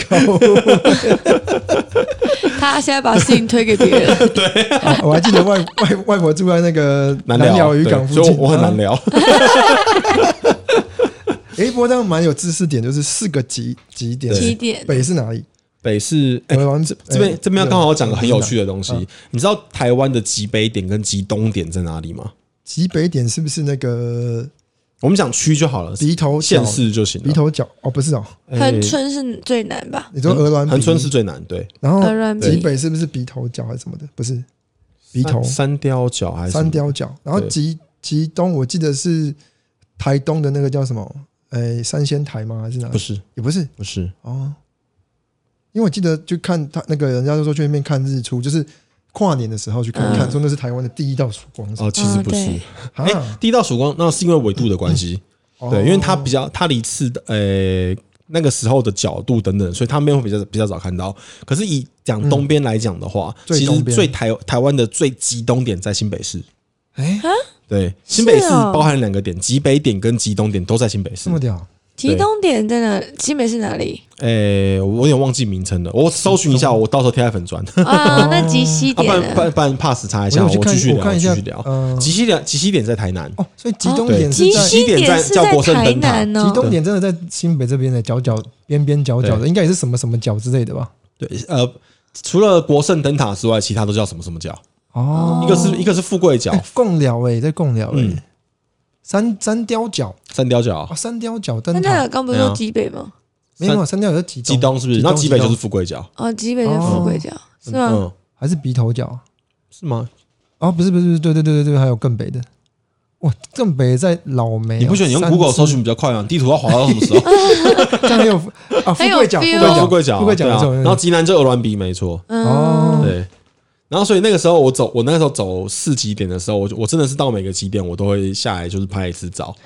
他现在把事情推给别人， 对、 啊，我还记得外外外婆住在那个南寮渔港附近， 所以我很难聊。 哎、欸，不过这样蛮有知识点，就是四个极极点， 极点北是哪里？ 北是哎、欸，这这边这边要刚好讲个很有趣的东西。你知道台湾的极北点跟极东点在哪里吗？ 极北点是不是那个？ 我们讲区就好了， 鼻头县市就行了。 鼻头角哦，不是哦， 恒春是最难吧？ 你说鹅銮鼻， 恒春是最难，对。 然后极北是不是鼻头角还是什么的？不是，鼻头三雕角还是三雕角？然后极极东，我记得是台东的那个叫什么？哎，三仙台吗？还是哪？ 不是， 也不是， 不是哦。因为我记得就看他那个人家就说去那边看日出，就是跨年的时候去看，嗯、看说那是台湾的第一道曙光。 哦，其实不是。哎、欸，第一道曙光那是因为纬度的关系，嗯、对，因为它比较它离次的呃、欸、那个时候的角度等等，所以他们会比较比较早看到。可是以讲东边来讲的话，嗯、其实最台台湾的最极东点在新北市。 哎、欸， 对，新北市包含两个点，极北点跟极东点都在新北市。 这么屌！ 极东点在哪？新北市哪里？ 诶、欸，我有点忘记名称了，我搜寻一下，我到时候贴在粉专。 啊，那极西点、啊， 不然不然不然 pass 查一下，我继续聊，继续聊。极西点，极西点在台南哦，所以极东点是在极西点在叫国圣灯塔哦， 极东点真的在新北这边的角角边边角角的，应该也是什么什么角之类的吧？ 对，呃，除了国圣灯塔之外，其他都叫什么什么角？哦，一个是一个是富贵角， 贡寮哎，在贡寮哎。嗯三三雕角， 三雕角啊，三雕角灯塔。 三雕角刚不是说极北吗？ 没有，三雕角是极极东，是不是？那极北就是富贵角。 哦，极北就是富贵角，是吗？嗯， 还是鼻头角？ 是吗？ 哦，不是，不是，对对对对对，还有更北的。哇，更北在老梅。 你不觉得你用 Google 搜寻比较快吗？地图要滑到什么时候？ 这样很有啊，富贵角， 富贵角，富贵角。然后极南就鹅銮鼻，没错。哦，对。然后，所以那个时候我走，我那个时候走四极点的时候，我我真的是到每个极点我都会下来，就是拍一次照。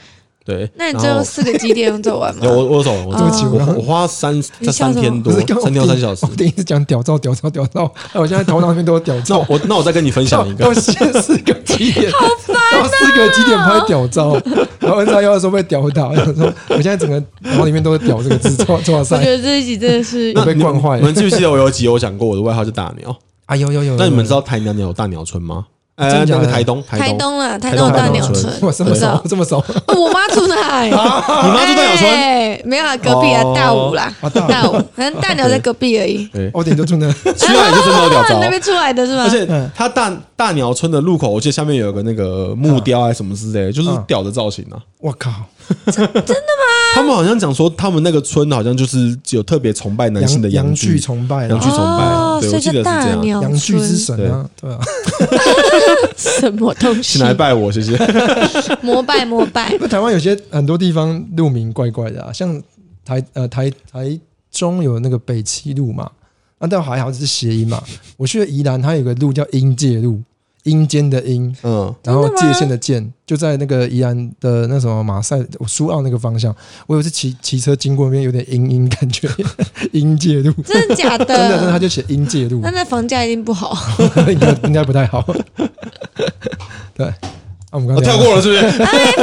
对， 那你最后四个基点有走完吗？ 我我走了，我对不起，我我花三这三天多，三天三小时。 我第一次讲屌照屌照屌照，我现在头脑那边都有屌照。 那我那我再跟你分享一个， 我现在四个基点， 好烦啊！ 然后四个基点拍屌照，然后 N 三幺的时候被屌打，我说我现在整个脑里面都是屌这个字，哇哇塞！ 我觉得这一集真的是被惯坏了。 你们记不记得我有一集我讲过我的外号是大鸟啊？有有有。 那你们知道台南有大鸟村吗？呃，那个台东， 台东啊，台东大鸟村， 我这么熟，这么熟。 我妈住那，你妈住大鸟村？ 没有啊，隔壁啊，大武啦，大武，反正大鸟在隔壁而已。 我顶就住那， 去那里就真的有屌照， 那边出来的是吗？ 而且它大大鸟村的入口，我记得下面有个那个木雕还是什么之类的，就是屌的造型啊。 我靠， 真的吗？ 他们好像讲说，他们那个村好像就是有特别崇拜男性的阳具崇拜， 阳具崇拜，对，我记得是这样， 阳具之神啊，对啊。 什么东西？ 请来拜我，谢谢。 膜拜膜拜。 台湾有些很多地方路名怪怪的啊，像台呃台台中有那个北七路嘛，那倒还好，只是谐音嘛。我去了宜兰，它有个路叫阴界路，阴间的阴，嗯，然后界限的界，就在那个宜兰的那什么马赛苏澳那个方向。我有次骑骑车经过那边，有点阴阴感觉，阴界路， 真的假的？ 真的真的，他就写阴界路。 那那房价一定不好， 应该应该不太好。对，啊，我们刚刚跳过了是不是 ？F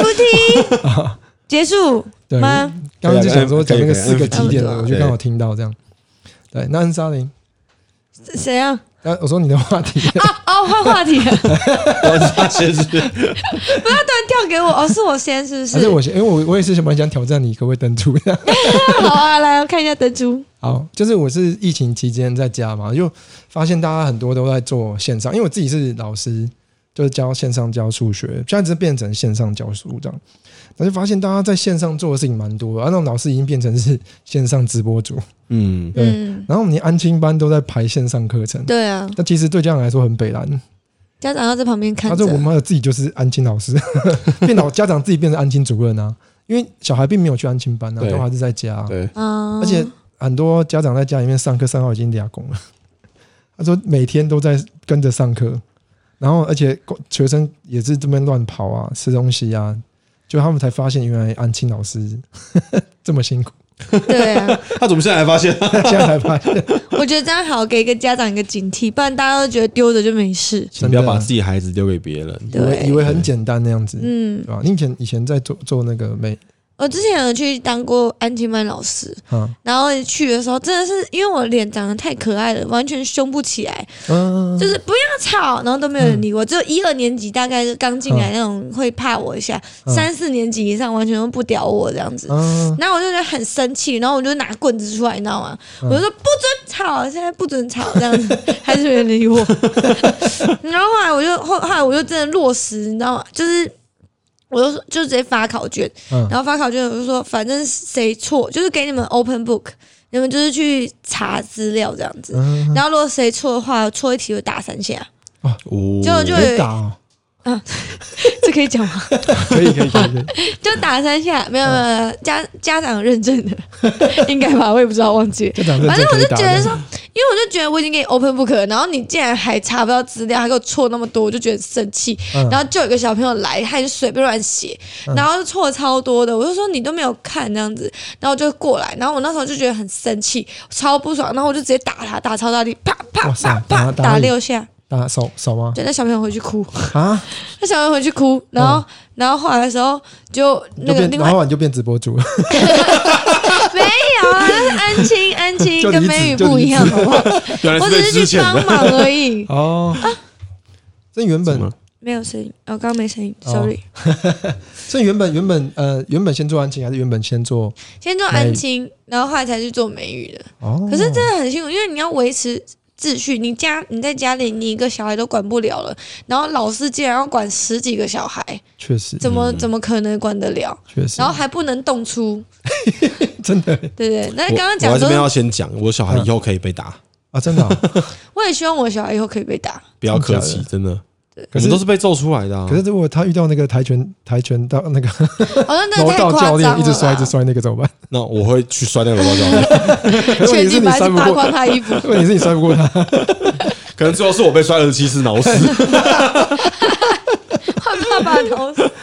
T 结束吗？ 刚刚就想说讲那个四个基点的，我就刚好听到这样。对，那恩莎琳， 谁啊？ 啊，我说你的话题啊哦，换话题了， 我他先是，不要突然跳给我哦，是我先是不是？ 还是我先？因为我我也是蛮想挑战你，可不可以登出？ 好啊，来我看一下登出。 好，就是我是疫情期间在家嘛，就发现大家很多都在做线上，因为我自己是老师，就是教线上教数学，现在只是变成线上教书这样。我就发现大家在线上做的事情蛮多的，而那种老师已经变成是线上直播主，嗯，对。嗯、然后我们连安亲班都在排线上课程， 对啊。 那其实对家长来说很北蓝， 家长要在旁边看着。 他说我们自己就是安亲老师，变老家长自己变成安亲主任啊，因为小孩并没有去安亲班啊，都还是在家、啊。对，而且很多家长在家里面上课上到已经俩工了。他说每天都在跟着上课，然后而且学生也是这边乱跑啊，吃东西啊。就他们才发现，原来安亲老师这么辛苦。 对啊， 他怎么现在才发现？ 现在才发现。 我觉得这样好，给一个家长一个警惕，不然大家都觉得丢着就没事。 请不要把自己孩子丢给别人， 以为以为很简单那样子，嗯，对吧？你以前以前在做做那个美。 我之前有去当过安亲班老师，嗯、然后去的时候真的是因为我脸长得太可爱了，完全凶不起来，嗯、就是不要吵，然后都没有人理我。嗯、只有一二年级大概是刚进来那种会怕我一下，嗯、三四年级以上完全都不屌我这样子。嗯、然后我就觉得很生气，然后我就拿棍子出来，你知道吗？嗯、我就说不准吵，现在不准吵这样子，还是没人理我。然后后来我就后后来我就真的落实，你知道吗？就是。我就就直接发考卷，嗯、然后发考卷我就说，反正谁错就是给你们 open book， 你们就是去查资料这样子。嗯、然后如果谁错的话，错一题就打三下。哦，就就有打哦。 啊，这可以讲吗？ 可以可以可以， 就打三下，没有没有、嗯、家家长认证的，应该吧？我也不知道，忘记了。反正我就觉得说，因为我就觉得我已经给你 open book 了，然后你竟然还查不到资料，还给我错那么多，我就觉得生气。嗯、然后就有一个小朋友来，他就随便乱写，然后就错超多的，我就说你都没有看这样子，然后我就过来，然后我那时候就觉得很生气，超不爽，然后我就直接打他，打超大力，啪啪啪啪打六下。 打手手吗？ 对，那小朋友回去哭啊！那小朋友回去哭，然后，嗯、然后后来的时候就那个另外， 然后你就变直播主了。 没有啊，那是安亲，安亲跟美语不一样，好不好？我只是去帮忙而已。哦，啊， 这原本没有声音，我、哦、刚刚没声音 ，sorry。 所以原本原本呃原本先做安亲，还是原本先做先做安亲，然后后来才去做美语的。哦，可是真的很辛苦，因为你要维持。秩序，你家你在家里，你一个小孩都管不了了，然后老师竟然要管十几个小孩， 确实， 怎么、嗯、怎么可能管得了？ 确实， 然后还不能动粗， 真的， 对对。那刚刚讲， 我这边要先讲，我小孩以后可以被打啊，真的、啊。 我也希望我小孩以后可以被打， 不要客气，真的。可是都是被揍出来的、啊。 可是如果他遇到那个跆拳跆拳道那个柔道教练一直摔一直摔那个怎么办？ 那我会去摔那个柔道教练。 确定还是扒光他衣服？ 问题是你摔不过他。 可能最后是我被摔二十七次挠死。 换爸爸挠死。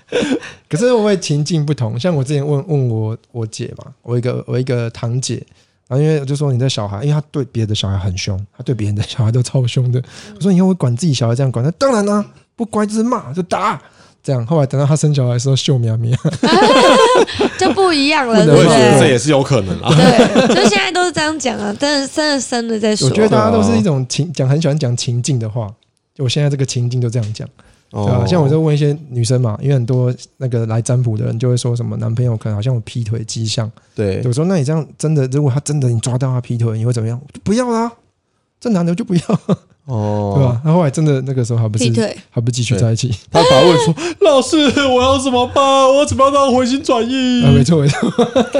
可是我会情境不同，像我之前问问我我姐嘛，我一个我一个堂姐，然后因为我就说你这小孩，因为他对别的小孩很凶，他对别人的小孩都超凶的。我说你以后会管自己小孩这样管？他当然啦、啊，不乖就是骂就打。这样，后来等到他生小孩的时候，秀苗苗就不一样了，对不对？这也是有可能啊。 对，就现在都是这样讲啊，但是生了生了再说。 我觉得大家都是一种情讲，很喜欢讲情境的话。就我现在这个情境就这样讲，对吧、啊？像我就问一些女生嘛，因为很多那个来占卜的人就会说什么男朋友可能好像有劈腿迹象。 对， 有时候那你这样真的，如果他真的你抓到他劈腿，你会怎么样？不要啦，这男的就不要。哦，对吧？他后来真的那个时候还不是还不继续在一起。 他反而问说：“老师，我要怎么办？我怎么样让他回心转意？” 啊，没错没错。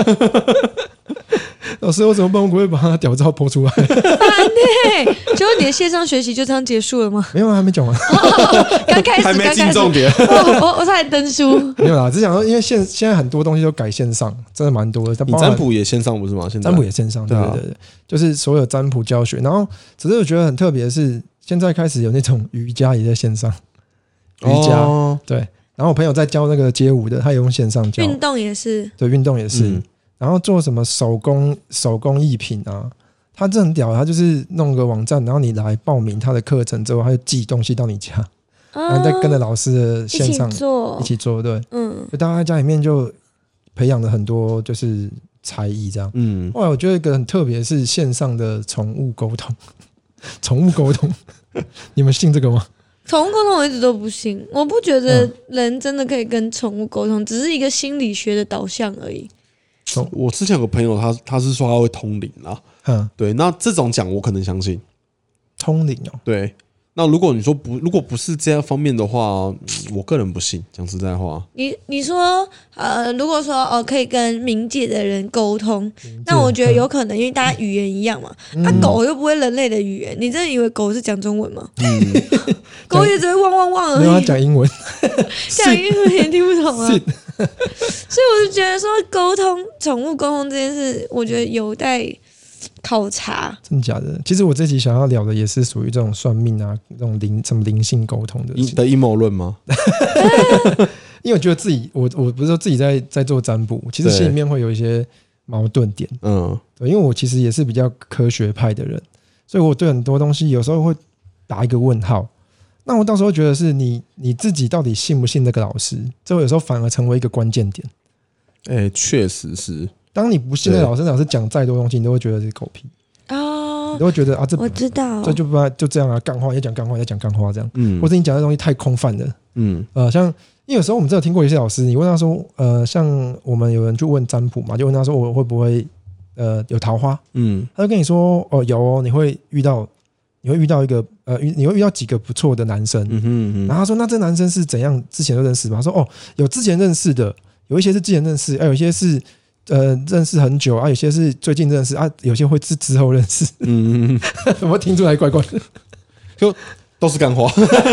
老师，我怎么办？我不会把他屌照播出来。 烦呢！结果你的线上学习就这样结束了吗？ 没有啊，还没讲完。 刚开始， 还没进重点。 我我我差点登书。 没有啦，只想说，因为现现在很多东西都改线上，真的蛮多的。 你占卜也线上不是吗？现在占卜也线上，对对对对，就是所有占卜教学。然后，只是我觉得很特别的是，现在开始有那种瑜伽也在线上。瑜伽、哦、对，然后我朋友在教那个街舞的，他也用线上教。 运动也是， 对，运动也是。嗯，然后做什么手工手工艺品啊，他这很屌，他就是弄个网站，然后你来报名他的课程之后，他就寄东西到你家，啊、然后再跟着老师的线上一起做， 一起做，对，嗯，所以大家在家里面就培养了很多就是才艺这样，嗯。后来我觉得一个很特别的是线上的宠物沟通，宠物沟通，你们信这个吗？ 宠物沟通我一直都不信，我不觉得人真的可以跟宠物沟通，只是一个心理学的导向而已。 我之前有个朋友他，他他是说他会通灵啦，嗯，对，那这种讲我可能相信通灵哦， 对。那如果你说不，如果不是这样方面的话，我个人不信。讲实在话， 你你说呃，如果说哦可以跟冥界的人沟通，那我觉得有可能，因为大家语言一样嘛。那、嗯啊、狗又不会人类的语言，你真的以为狗是讲中文吗？嗯、狗也只会汪汪汪而已。 没有，他讲英文， 讲英文也听不懂啊。所以我就觉得说，沟通宠物沟通这件事，我觉得有待考察。 真的假的？其实我这集想要聊的也是属于这种算命啊，这种灵什么灵性沟通的的阴谋论吗？ 因为我觉得自己，我我不是说自己在在做占卜，其实心里面会有一些矛盾点。嗯，对，因为我其实也是比较科学派的人，所以我对很多东西有时候会打一个问号。那我到时候觉得是你你自己到底信不信那个老师，这有时候反而成为一个关键点。 哎、欸，确实是。当你不信那个老师，老师讲再多东西，你都会觉得是狗屁哦，你都会觉得啊，这我知道， 这就不就这样啊，干话也讲干话，也讲干话这样，嗯，或者你讲的东西太空泛了，嗯，呃，像因为有时候我们真的听过一些老师，你问他说，呃，像我们有人就问占卜嘛，就问他说我会不会呃有桃花，嗯，他就跟你说哦有哦，你会遇到。你会遇到一个呃，你会遇到几个不错的男生，嗯哼嗯哼，然后他说：“那这男生是怎样？之前就认识吗？”他说：“哦，有之前认识的，有一些是之前认识，哎，有一些是呃认識很久啊，有些是最近认识啊，有些会是之後認識。”嗯，有沒有聽出來怪怪的？ 就都是幹話。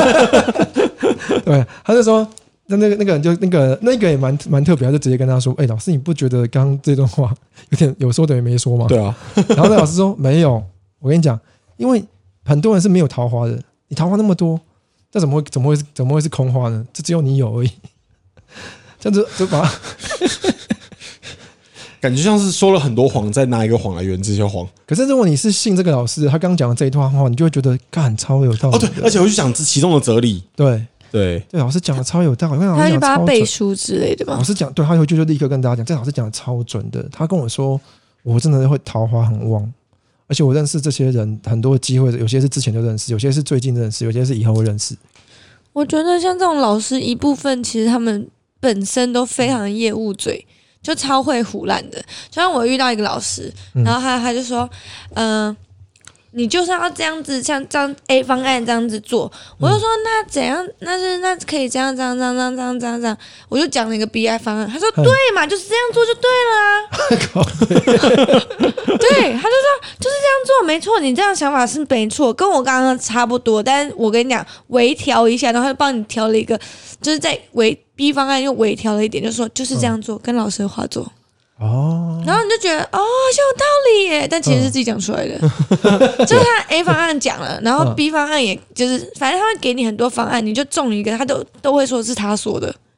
對，他就說，那那個那個人就那個那個也蠻蠻特別，他就直接跟他說：“哎、欸，老師，你不覺得剛剛這段話有點有說等於沒說嗎？”對啊。然後那老師說：“沒有，我跟你講，因為。”很多人是沒有桃花的，你桃花那麼多，這怎麼會怎麼會怎麼會是空花呢？這只有你有而已。這樣子就把感覺像是說了很多謊，再拿一個謊來圓這些謊。 可是如果你是信這個老師，他剛講的這一段話，你就會覺得幹超有道理。 哦，對，而且我去講其中的哲理。 對對對，老師講的超有道理。他會把他背書之類的吧？ 老師講，對，他回去就立刻跟大家講，這老師講的超準的。他跟我說，我真的會桃花很旺。而且我認識這些人很多機會，有些是之前就認識，有些是最近認識，有些是以後會認識。 我覺得像這種老師一部分其實他們本身都非常業務嘴，就超會唬爛的。就像我遇到一個老師，然後他他就說，嗯、呃，你就是要這樣子，像這樣 A 方案這樣子做。我就說那怎樣？那是那可以這樣這樣這樣這樣這樣這樣這樣。我就講了一個 B I 方案，他說對嘛，就是這樣做就對了啊。對，他就說就是這樣做沒錯，你這樣想法是沒錯，跟我剛剛差不多。但是我跟你講，微調一下，然後他就幫你調了一個，就是在微 B 方案又微調了一點，就說就是這樣做，嗯、跟老師的話做。哦，然後你就覺得哦，好像有道理耶，但其實是自己講出來的，嗯、就是他 A 方案講了，然後 B 方案也就是，反正他會給你很多方案，你就中一個，他都都會說是他說的。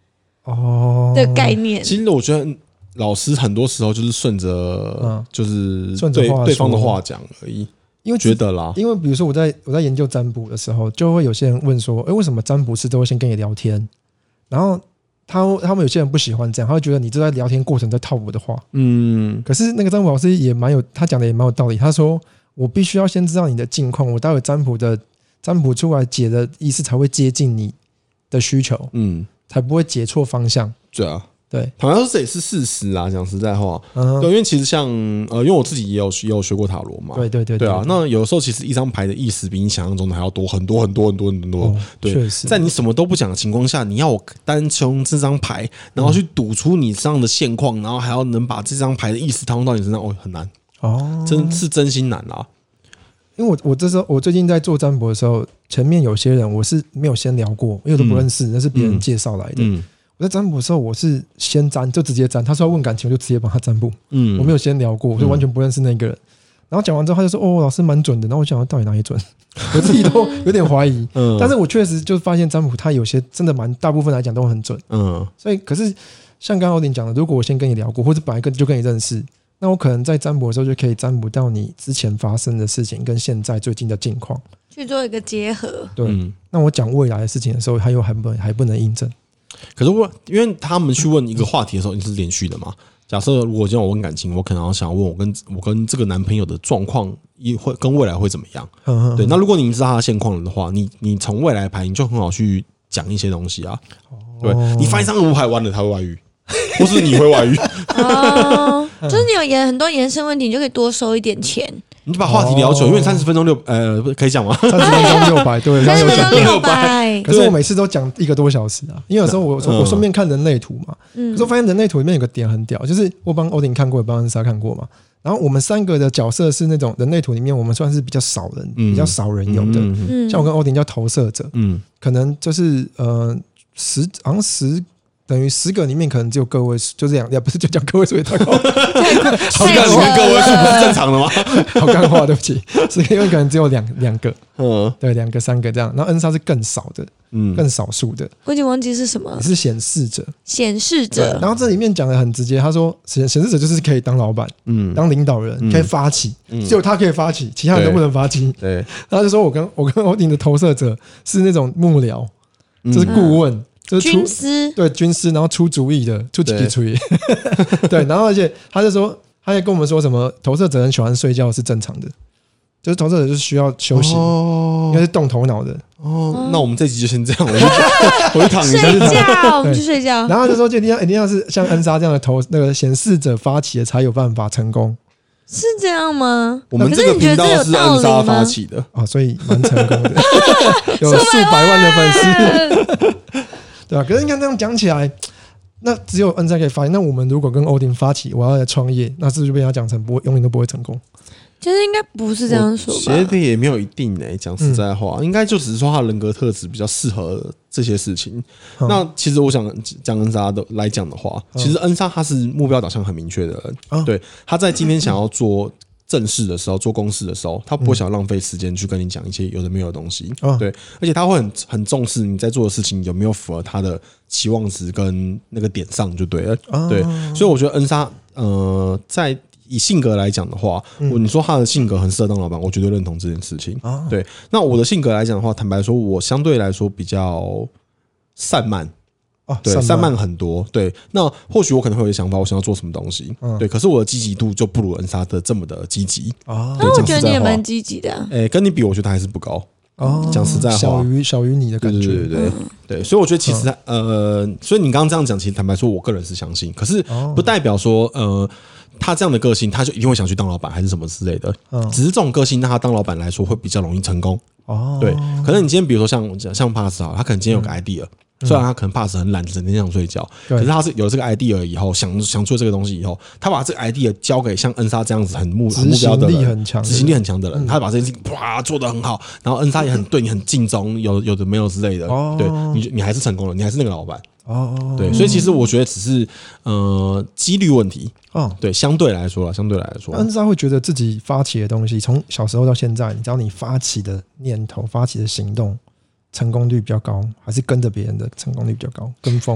哦的概念。 其实我觉得老师很多时候就是顺着，就是对对方的话讲而已。因为觉得啦， 因为比如说我在我在研究占卜的时候，就会有些人问说，哎，为什么占卜师都会先跟你聊天？然后他他们有些人不喜欢这样，他会觉得你就在聊天过程在套我的话。嗯，可是那个占卜老师也蛮有，他讲的也蛮有道理。他说，我必须要先知道你的近况，我待会占卜的占卜出来解的意思才会接近你的需求，嗯，才不会解错方向。 对啊。 对， 坦白说这也是事实啊，讲实在话，嗯、对，因为其实像呃，因为我自己也有也有学过塔罗嘛， 对对对对啊，那有的时候其实一张牌的意思比你想象中的还要多很多很多很多很多，哦、对， 确实， 在你什么都不讲的情况下，你要我单从这张牌，然后去赌出你身上的现况，然后还要能把这张牌的意思套用到你身上，哦，很难哦，真是真心难啊。 因为我我这时候我最近在做占卜的时候，前面有些人我是没有先聊过，因为我都不认识，嗯、那是别人介绍来的。嗯嗯我在占卜的时候，我是先占就直接占。他说要问感情，我就直接帮他占卜。嗯，我没有先聊过，我就完全不认识那个人。嗯、然后讲完之后，他就说：“哦，老师蛮准的。”然后我想到底哪里准，我自己都有点怀疑。嗯，但是我确实就发现占卜，它有些真的蛮大部分来讲都很准。嗯，所以可是像刚刚欧丁讲的，如果我先跟你聊过，或者本来跟就跟你认识，那我可能在占卜的时候就可以占卜到你之前发生的事情跟现在最近的境况， 去做一个结合。 对，嗯、那我讲未来的事情的时候，他又还不还不能印证。 可是我，因为他们去问一个话题的时候，你是连续的嘛？假设如果今天我问感情，我可能想问我跟我跟这个男朋友的状况，会跟未来会怎么样？嗯、对，那如果你知道他的现况的话，你你从未来牌，你就很好去讲一些东西啊。对，你翻一张五牌完了，他会外遇，或是你会外遇。 哦，就是你有延很多延伸问题，你就可以多收一点钱。 你就把话题聊久，因为三十分钟六呃，可以讲吗？ 三十分钟六百，对， 三十分钟六百。 可是我每次都讲一个多小时啊，因为有时候我我顺便看人类图嘛，嗯，可是我发现人类图里面有个点很屌，就是我帮欧丁看过，也帮恩莎看过嘛。然后我们三个的角色是那种人类图里面，我们算是比较少人、嗯、比较少人有的。嗯、像我跟欧丁叫投射者，嗯，可能就是呃十好像十。等于十个里面可能只有个位数，就这样，也不是就讲个位数也太高， 好干话，个位数不是正常的吗？ 好干话，对不起，十个里面可能只有两两个，嗯，对，两个三个这样，然后恩莎是更少的，嗯，更少数的。 我已经忘记是什么， 你是显示者， 显示者。 然后这里面讲的很直接，他说显显示者就是可以当老板，嗯，当领导人，可以发起，嗯、只有他可以发起，其他人都不能发起。对，然后他就说我跟我跟欧丁的投射者是那种幕僚，就是顾问。嗯就是军师对军师，然后出主意的，出几主意，对，然后而且他就说，他也跟我们说什么投射者很喜欢睡觉是正常的，就是投射者就是需要休息，哦、应该是动头脑的。 哦，那我们这集就先这样，我就我去躺一下，睡觉，我们去睡觉。 然后他就说，就一定要一定要是像恩莎这样的投那个显示者发起的，才有办法成功。 是这样吗？ 我们这个频道是恩莎发起的啊、哦，所以蛮成功的，有数百万的粉丝。对吧、啊？可是你看这样讲起来，那只有恩莎可以发起。那我们如果跟欧丁发起，我要来创业，那是不是就被他讲成不会，永远都不会成功？ 其实应该不是这样说吧， 其实也没有一定诶、欸。讲实在话，嗯、应该就只是说他的人格特质比较适合这些事情。嗯、那其实我想讲恩莎的来讲的话，嗯、其实恩莎他是目标导向很明确的人，嗯、对，他在今天想要做。正事的时候，做公事的时候，他不会想浪费时间去跟你讲一些有的没有的东西，嗯、对，而且他会很很重视你在做的事情有没有符合他的期望值跟那个点上就对了，嗯、对，所以我觉得恩莎，呃，在以性格来讲的话，嗯、你说他的性格很适合当老板，我绝对认同这件事情，嗯、对。那我的性格来讲的话，坦白说，我相对来说比较散漫。哦，对，散漫很多，对，那或许我可能会有些想法，我想要做什么东西，嗯、对，可是我的积极度就不如恩莎的这么的积极哦。那我觉得你也蛮积极的、啊， 哎、欸，跟你比，我觉得还是不高哦。讲实在话， 小于小于你的感觉， 对对对对、嗯、对，所以我觉得其实、嗯、呃，所以你刚刚这样讲，其实坦白说，我个人是相信，可是不代表说呃。他这样的个性，他就一定会想去当老板，还是什么之类的。嗯，只是这种个性，让他当老板来说会比较容易成功。哦，对，可能你今天比如说像像 Pass 啊，他可能今天有个 idea，、嗯、虽然他可能 Pass 很懒，整天想睡觉，可是他是有这个 idea 以后，想想出这个东西以后，他把这个 idea 交给像恩莎这样子很目很目标的人，执行力很强，执行力很强的人，嗯、他把这件事情啪做得很好，然后恩莎也很对你很敬重，有有的没有之类的，哦、对你你还是成功了，你还是那个老板。哦，对，所以其实我觉得只是呃几率问题哦，对，相对来说啦，相对来说， 恩莎会觉得自己发起的东西，从小时候到现在，你知道你发起的念头、发起的行动，成功率比较高，还是跟着别人的成功率比较高？跟风？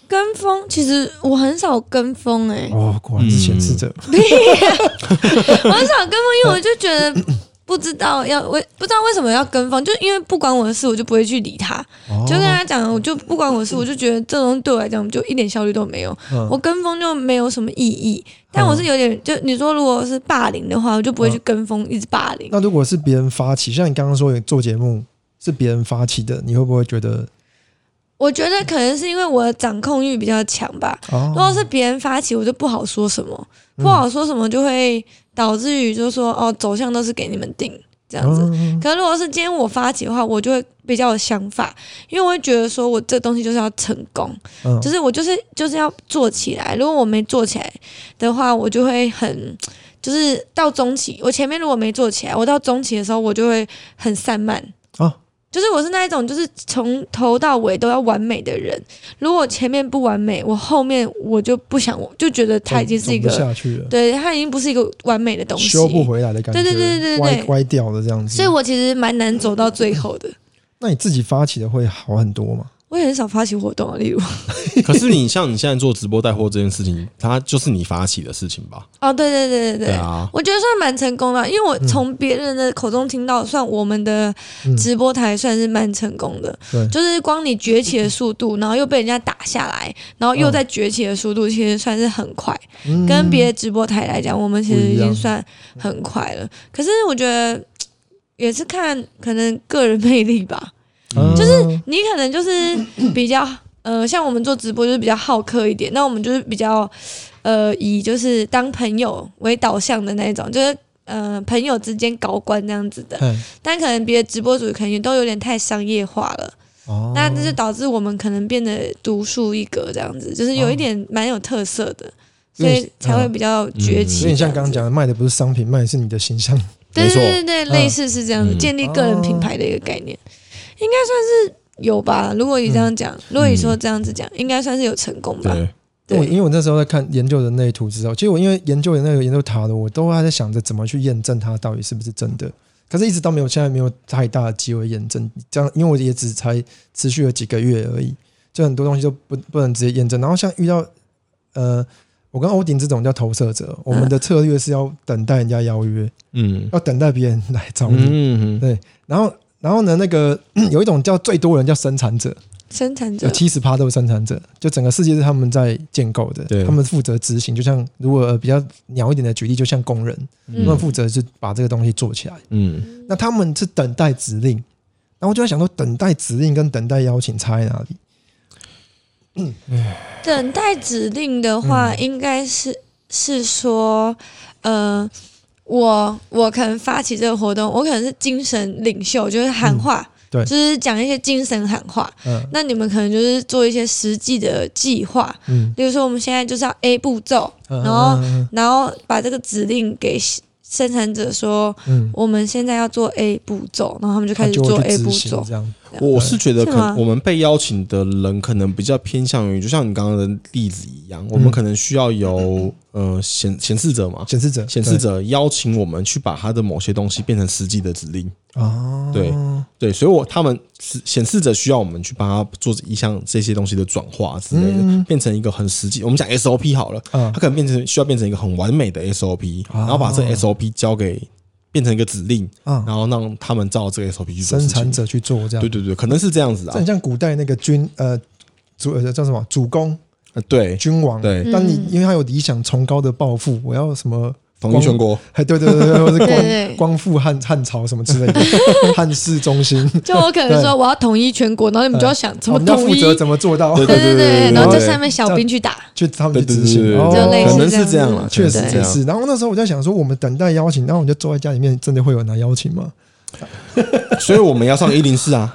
跟风，其实我很少跟风哎、欸。 哦，果然是显示者。 嗯、我很少跟风，因为我就觉得不知道要为不知道为什么要跟风，就因为不关我的事，我就不会去理他。哦、就跟他讲，我就不关我的事，我就觉得这东西对我来讲就一点效率都没有。嗯、我跟风就没有什么意义。但我是有点，就你说如果是霸凌的话，我就不会去跟风一直霸凌。 那如果是别人发起，像你刚刚说做节目是别人发起的，你会不会觉得？ 我觉得可能是因为我的掌控欲比较强吧。哦、如果是别人发起，我就不好说什么，不好说什么就会导致于就是说哦，走向都是给你们定这样子。嗯、可是如果是今天我发起的话，我就会比较有想法，因为我会觉得说我这东西就是要成功，嗯、就是我就是就是要做起来。如果我没做起来的话，我就会很就是到中期，我前面如果没做起来，我到中期的时候我就会很散漫。哦就是我是那一种，就是从头到尾都要完美的人。如果前面不完美，我后面我就不想，我就觉得它已经是一个， 下去了对，它已经不是一个完美的东西， 修不回来的感觉， 对对对对对歪歪掉的这样子。 所以我其实蛮难走到最后的。 那你自己发起的会好很多吗？ 我也很少发起活动啊，例如。 可是你像你现在做直播带货这件事情，它就是你发起的事情吧？ 哦，对对对对对， 对啊， 我觉得算蛮成功的，因为我从别人的口中听到，算我们的直播台算是蛮成功的。嗯、就是光你崛起的速度，然后又被人家打下来，然后又在崛起的速度，其实算是很快。嗯、跟别的直播台来讲，我们其实已经算很快了。可是我觉得也是看可能个人魅力吧。嗯、就是你可能就是比较呃，像我们做直播就是比较好客一点，那我们就是比较呃以就是当朋友为导向的那种，就是呃朋友之间搞关这样子的。但可能别的直播主可能都有点太商业化了，哦、那这就导致我们可能变得独树一格这样子，就是有一点蛮有特色的，哦、所以才会比较崛起。 所以、嗯、像刚刚讲的，卖的不是商品，卖的是你的形象。 对对对对，类似是这样子，嗯、建立个人品牌的一个概念。应该算是有吧，如果你这样讲，嗯、如果你说这样子讲，应该算是有成功吧。 对， 对，因为我那时候在看研究人类图之后，其实我因为研究的那个研究塔的，我都还在想着怎么去验证它到底是不是真的，可是一直都没有，现在没有太大的机会验证。这样，因为我也只才持续了几个月而已，就很多东西都不不能直接验证。然后像遇到呃，我跟欧丁这种叫投射者，我们的策略是要等待人家邀约，嗯，要等待别人来找你，嗯，对，然后。然后呢，那个有一种叫最多人叫生产者， 生产者有七十趴都是生产者，就整个世界是他们在建构的，他们负责执行。就像如果比较鸟一点的举例，就像工人，嗯、他们负责是把这个东西做起来。嗯，那他们是等待指令，然后我就在想说，等待指令跟等待邀请差在哪里？ 嗯，等待指令的话，嗯、应该是是说，呃。我我可能发起这个活动，我可能是精神领袖，就是喊话，嗯、对，就是讲一些精神喊话。嗯，那你们可能就是做一些实际的计划，嗯，例如说我们现在就是要 A 步骤，嗯、然后、嗯、然后把这个指令给生产者说，嗯，我们现在要做 A 步骤，然后他们就开始做 A 步骤。这样， 我是觉得可能我们被邀请的人可能比较偏向于，就像你刚刚的例子一样，嗯、我们可能需要有。呃，显显示者嘛， 显示者， 显示者邀请我们去把他的某些东西变成实际的指令。哦，对对，所以我他们显示者需要我们去帮他做一项这些东西的转化之类的，嗯、变成一个很实际。我们讲 S O P 好了，嗯、它可能变成需要变成一个很完美的 S O P，哦、然后把这个 S O P 交给变成一个指令，哦、然后让他们照这个 S O P 去做。 生产者去做这样， 对对对，可能是这样子啊。 很像古代那个军呃主呃叫什么主公。 对， 君王。对，但你因为他有理想崇高的抱负，我要什么统一全国？ 哎，对对对对，或是光光复汉汉朝什么之类的，汉室中心。 就我可能说我要统一全国，然后你们就要想怎么统一， 负责怎么做到？ 对对对对，然后在上面小兵去打， 去他们去执行， 就类似可能是这样了， 确实也是。然后那时候我在想说，我们等待邀请，然后我就坐在家里面，真的会有人来邀请吗？ 所以我们要上一零四啊。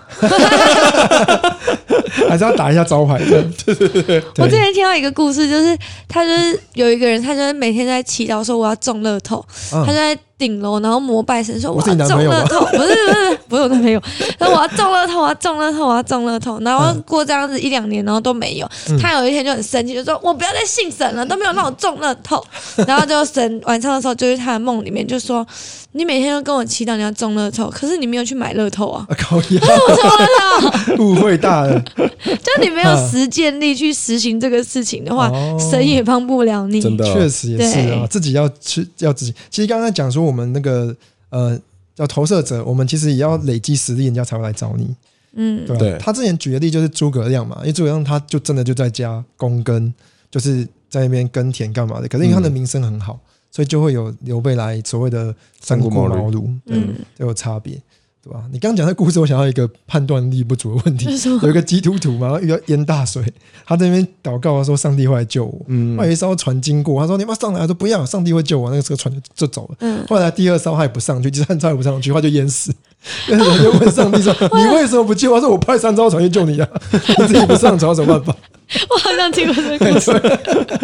还是要打一下招牌的。对对对， 我之前听到一个故事，就是他就是有一个人，他就是每天在祈祷说我要中乐透，嗯、他就在顶楼，然后膜拜神说我要中乐透，不是不是不是我男朋友，他说我要中乐透，我要中乐透，我要中乐透，然后过这样子一两年，然后都没有。嗯、他有一天就很生气，就说我不要再信神了，都没有让我中乐透。然后就神晚上的时候，就是他的梦里面就说，你每天都跟我祈祷你要中乐透，可是你没有去买乐透啊！ 靠呀！ 我中乐透，误会大了。 就你没有实践力去实行这个事情的话，哦、神也帮不了你。 真的， 确实也是啊，自己要去要自己。其实刚刚讲说我们那个呃叫投射者，我们其实也要累积实力，人家才会来找你。嗯，对吧？对。他之前举的例就是诸葛亮嘛，因为诸葛亮他就真的就在家躬耕，就是在那边耕田干嘛的。可是因为他的名声很好，嗯、所以就会有刘备来所谓的三顾茅庐，对，嗯、就有差别。对吧？你刚刚讲的故事，我想到一个判断力不足的问题。有一个基督徒嘛，然后遇到淹大水，他在那边祷告说：“上帝会来救我。”嗯，有一艘船经过，他说：“你要上来。”他说：“不要，上帝会救我。”那个这个船就走了。嗯，后来第二艘他也不上去，第三艘也不上去，他就淹死。那人就问上帝说：“你为什么不救我？”他说：“我派三艘船去救你啊，你自己不上船有什么办法？” 我好像听过这个故事。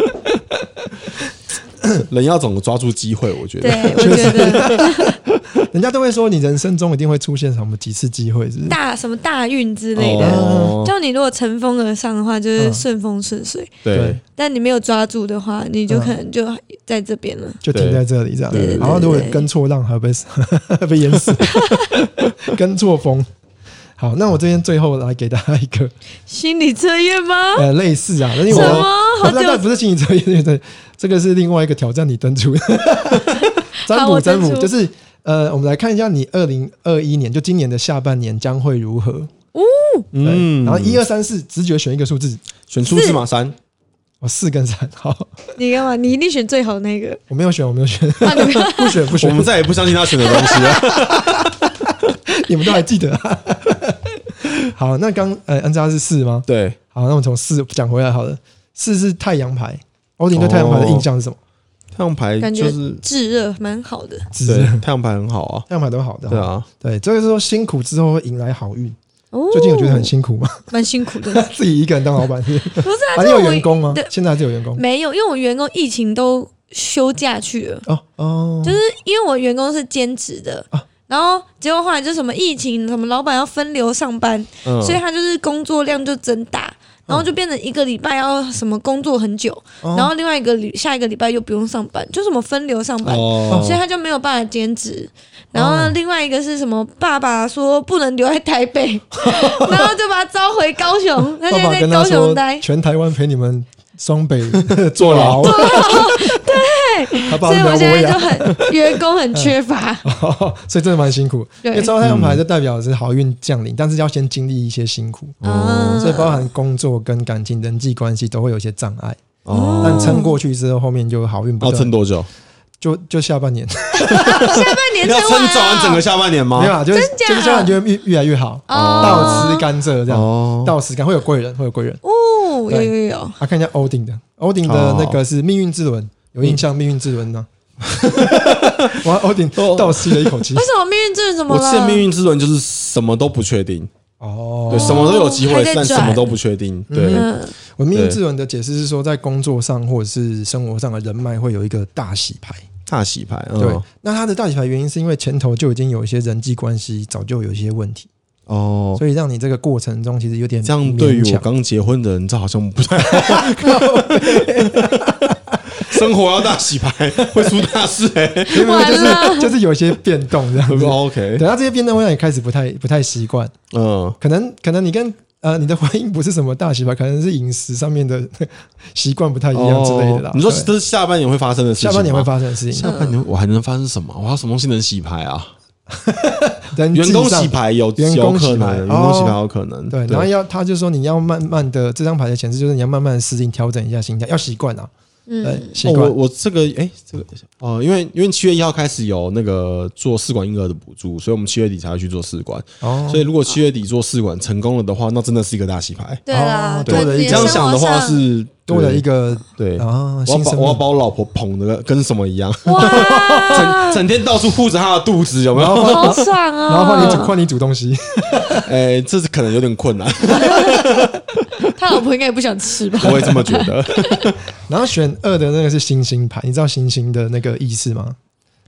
人要怎么抓住机会？我觉得， 对，我觉得， 人家都会说你人生中一定会出现什么几次机会，是不是大什么大运之类的。哦、就你如果乘风而上的话，就是顺风顺水。 对、嗯， 但你没有抓住的话，你就可能就在这边了， 就停在这里这样。然后如果跟错浪，还会被被淹死，跟错风。好，那我这边最后来给大家一个心理测验吗？ 呃，类似啊，因为我什么？ 那那不是心理测验，对，这个是另外一个挑战你登出的占卜，占卜就是呃，我们来看一下你二零二一年就今年的下半年将会如何。哦，嗯，然后一二三四，直觉选一个数字， 选数字嘛，三。 哦，四跟三，好。 你干嘛？你一定选最好的那个。 我没有选，我没有选，啊、你不选不选。 我们再也不相信他选的东西了。 你们都还记得啊？好，那刚呃，恩扎是四吗？ 对。 好，那我们从四讲回来好了。四是太阳牌，欧丁对太阳牌的印象是什么？ 太阳牌就是炙热，蛮好的。 炙热， 太阳牌很好啊， 太阳牌都好的。 对啊， 对，这个是说辛苦之后会迎来好运。哦，最近有觉得很辛苦吗？ 蛮辛苦的， 自己一个人当老板是？ 不是啊， 你有员工吗？现在还是有员工？ 没有，因为我员工疫情都休假去了。哦哦，就是因为我员工是兼职的。啊，然后结果后来就什么疫情，什么老板要分流上班，嗯、所以他就是工作量就增大，然后就变成一个礼拜要什么工作很久，嗯、然后另外一个下一个礼拜又不用上班，就什么分流上班，哦、所以他就没有办法兼职。然后另外一个是什么？爸爸说不能留在台北，然后就把他召回高雄。他现在在高雄待， 全台湾陪你们双北坐牢。 坐牢，对。所以我现在就很员工很缺乏， 哦、所以真的蛮辛苦。因为抽太阳牌就代表是好运降临，但是要先经历一些辛苦，嗯、所以包含工作跟感情、人际关系都会有一些障碍。哦、但撑过去之后，后面就好运不断。 要撑多久？ 就就下半年， 下半年要撑走完整个下半年吗？ 没有啊，就是就是下半年就会越越来越好，哦、倒吃甘蔗这样，哦、倒吃甘会有贵人，会有贵人哦，有有有。 啊，看一下欧丁的，欧丁的那个是命运之轮，有印象？命运之轮呢？哇，欧丁倒吸了一口气。 为什么命运之轮怎么了？ 我记得命运之轮就是什么都不确定。哦，对，什么都有机会，但什么都不确定。对，嗯、 我命运之轮的解释是说，在工作上或者是生活上的人脉会有一个大洗牌。 大洗牌，嗯、 对。那他的大洗牌原因是因为前头就已经有一些人际关系早就有一些问题哦，所以让你这个过程中其实有点这样。对于我刚结婚的人，这好像不太生活要大洗牌会出大事哎、欸， 就是就是有一些变动这样子。 OK， 等到这些变动会让你开始不太不太习惯，嗯，可能可能你跟。呃，你的婚姻不是什么大洗牌，可能是饮食上面的习惯不太一样之类的啦。 哦、你说这是下半年会发生的事情吗？ 下半年会发生的事情。 下半年我还能发生什么？我还有什么东西能洗牌啊？员工洗牌有员工洗牌， 员工洗牌有可能。 对，然后要他就说你要慢慢的这张牌的显示就是你要慢慢的适应调整一下心态，要习惯啊。嗯， 哦、我我这个哎，这个哦、呃，因为因为七月一号开始有那个做试管婴儿的补助，所以我们七月底才会去做试管。哦，所以如果七月底做试管成功了的话，那真的是一个大洗牌。 对啦， 对， 对这样想的话是多了一个对啊，我要把我要把我老婆捧的跟什么一样，整整天到处护着她的肚子，有没有？ 好爽啊！ 然后换你煮换你煮东西， 哎、欸，这是可能有点困难。 他老婆应该也不想吃吧？ 我也这么觉得。 然后选二的那个是星星牌，你知道星星的那个意思吗？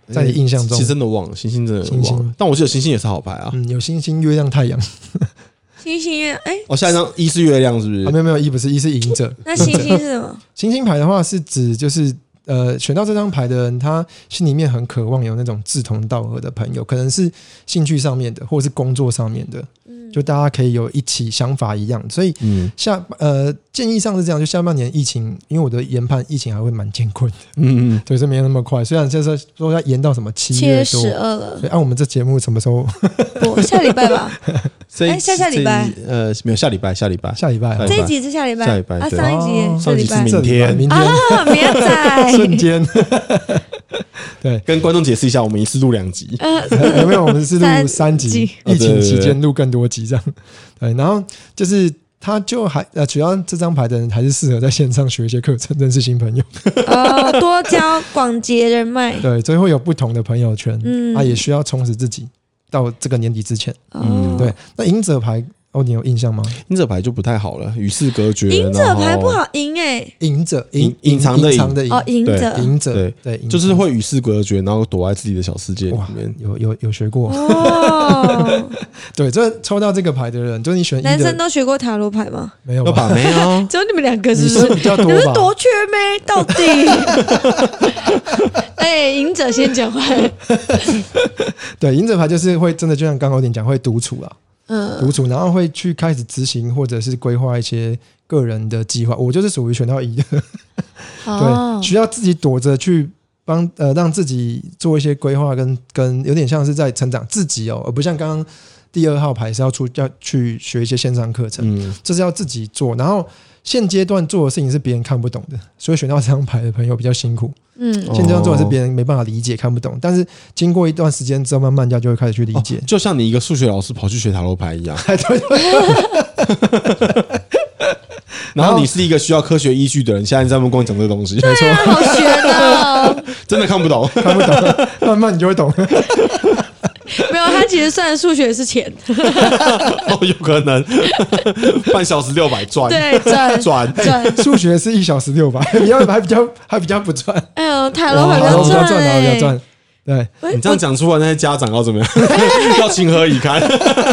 在你印象中， 其实真的忘了，星星真的忘了。 星星， 但我记得星星也是好牌啊。 嗯，有星星、月亮、太阳。 星星月，哎、欸， 哦，下一张一是月亮，是不是？ 啊，没有没有，一不是，一是赢者。 那星星是什么？ 星星牌的话是指就是呃，选到这张牌的人，他心里面很渴望有那种志同道合的朋友，可能是兴趣上面的，或者是工作上面的。就大家可以有一起想法一样，所以下呃建议上是这样，就下半年疫情，因为我的研判疫情还会蛮艰困的，嗯嗯，对，是没有那么快。虽然就是说要延到什么七月多，七月十二了。所以按我们这节目什么时候？ 我下礼拜吧。哎，下下礼拜？ 呃，没有，下礼拜，下礼拜， 下礼拜。 这一集是下礼拜， 下礼拜啊，上一集上一集是明天， 明天啊，明天瞬间。对， 跟观众解释一下，我们一次录两集， 呃、有没有？我们是录三集，疫情期间录更多集这样。对，然后就是他就还呃，主要这张牌的人还是适合在线上学一些课程，认识新朋友。 哦，多交广结人脉。 对，所以会有不同的朋友圈，嗯，啊，也需要充实自己到这个年底之前。嗯，对。那赢者牌。哦，你有印象吗？ 赢者牌就不太好了，与世隔绝。 赢者牌不好赢哎、欸， 赢者隐隐藏的隐哦，赢者赢者对对，就是会与世隔绝，然后躲在自己的小世界里面。 有有有学过哦。对，这抽到这个牌的人，就是你选男生都学过塔罗牌吗？ 没有吧？没有， 只有你们两个是不是？ 女生比较多吧？ 你是多缺妹到底？哎、欸，赢者先讲话。 对，赢者牌就是会真的，就像刚刚有点讲，会独处啊。嗯，独处，然后会去开始执行或者是规划一些个人的计划。我就是属于选到一的， 哦、 对，需要自己躲着去帮呃，让自己做一些规划跟跟有点像是在成长自己哦，而不像刚刚第二号牌是要出要去学一些线上课程，嗯，这是要自己做。然后现阶段做的事情是别人看不懂的，所以选到这张牌的朋友比较辛苦。嗯，现阶段做的是别人没办法理解、看不懂，但是经过一段时间之后，慢慢就会开始去理解。哦、 就像你一个数学老师跑去学塔罗牌一样， 对对对。 然后你是一个需要科学依据的人，现在在跟我讲这个东西， 没错，啊、好悬啊！ 真的看不懂， 看不懂，慢慢你就会懂。 没有，他其实算的数学是钱。 哦，有可能半小时六百赚， 对，赚赚赚。 数学是一小时六百，比较还比较还比较不赚。 哎呦，塔罗牌比较赚， 塔罗比较赚。对， 你这样讲出来，那些家长要怎么样？要情何以堪？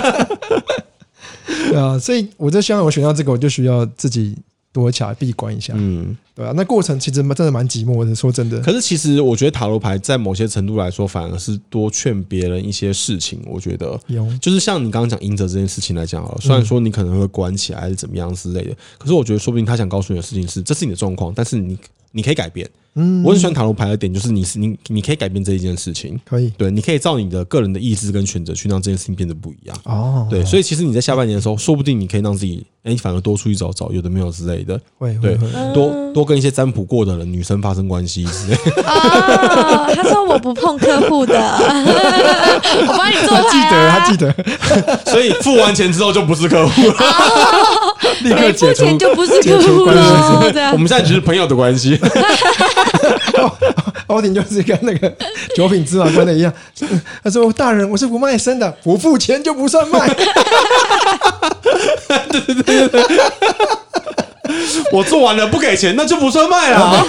对啊，所以我就希望我选到这个，我就需要自己躲起来闭关一下。嗯，对啊，那过程其实真的蛮寂寞的，说真的。 可是其实我觉得塔罗牌在某些程度来说，反而是多劝别人一些事情。我觉得有，就是像你刚刚讲赢者这件事情来讲好了，虽然说你可能会关起来还是怎么样之类的，可是我觉得说不定他想告诉你的事情是，这是你的状况，但是你你可以改变。嗯，我很喜欢塔罗牌的点，就是你是你你可以改变这一件事情， 可以， 对，你可以照你的个人的意志跟选择去让这件事情变得不一样。哦，对，所以其实你在下半年的时候，说不定你可以让自己，哎，反而多出去找找，有的没有之类的， 会， 对，多多跟一些占卜过的人女生发生关系之类的。 哦，他说我不碰客户的，我帮你做牌啊，他记得，他记得， 所以付完钱之后就不是客户了。 立刻解除， 就不是客户了。 我们现在只是朋友的关系。 欧婷就是跟那个九品芝麻官的一样，他说：“大人，我是不卖身的，不付钱就不算卖。” 对对对对，我做完了不给钱，那就不算卖了。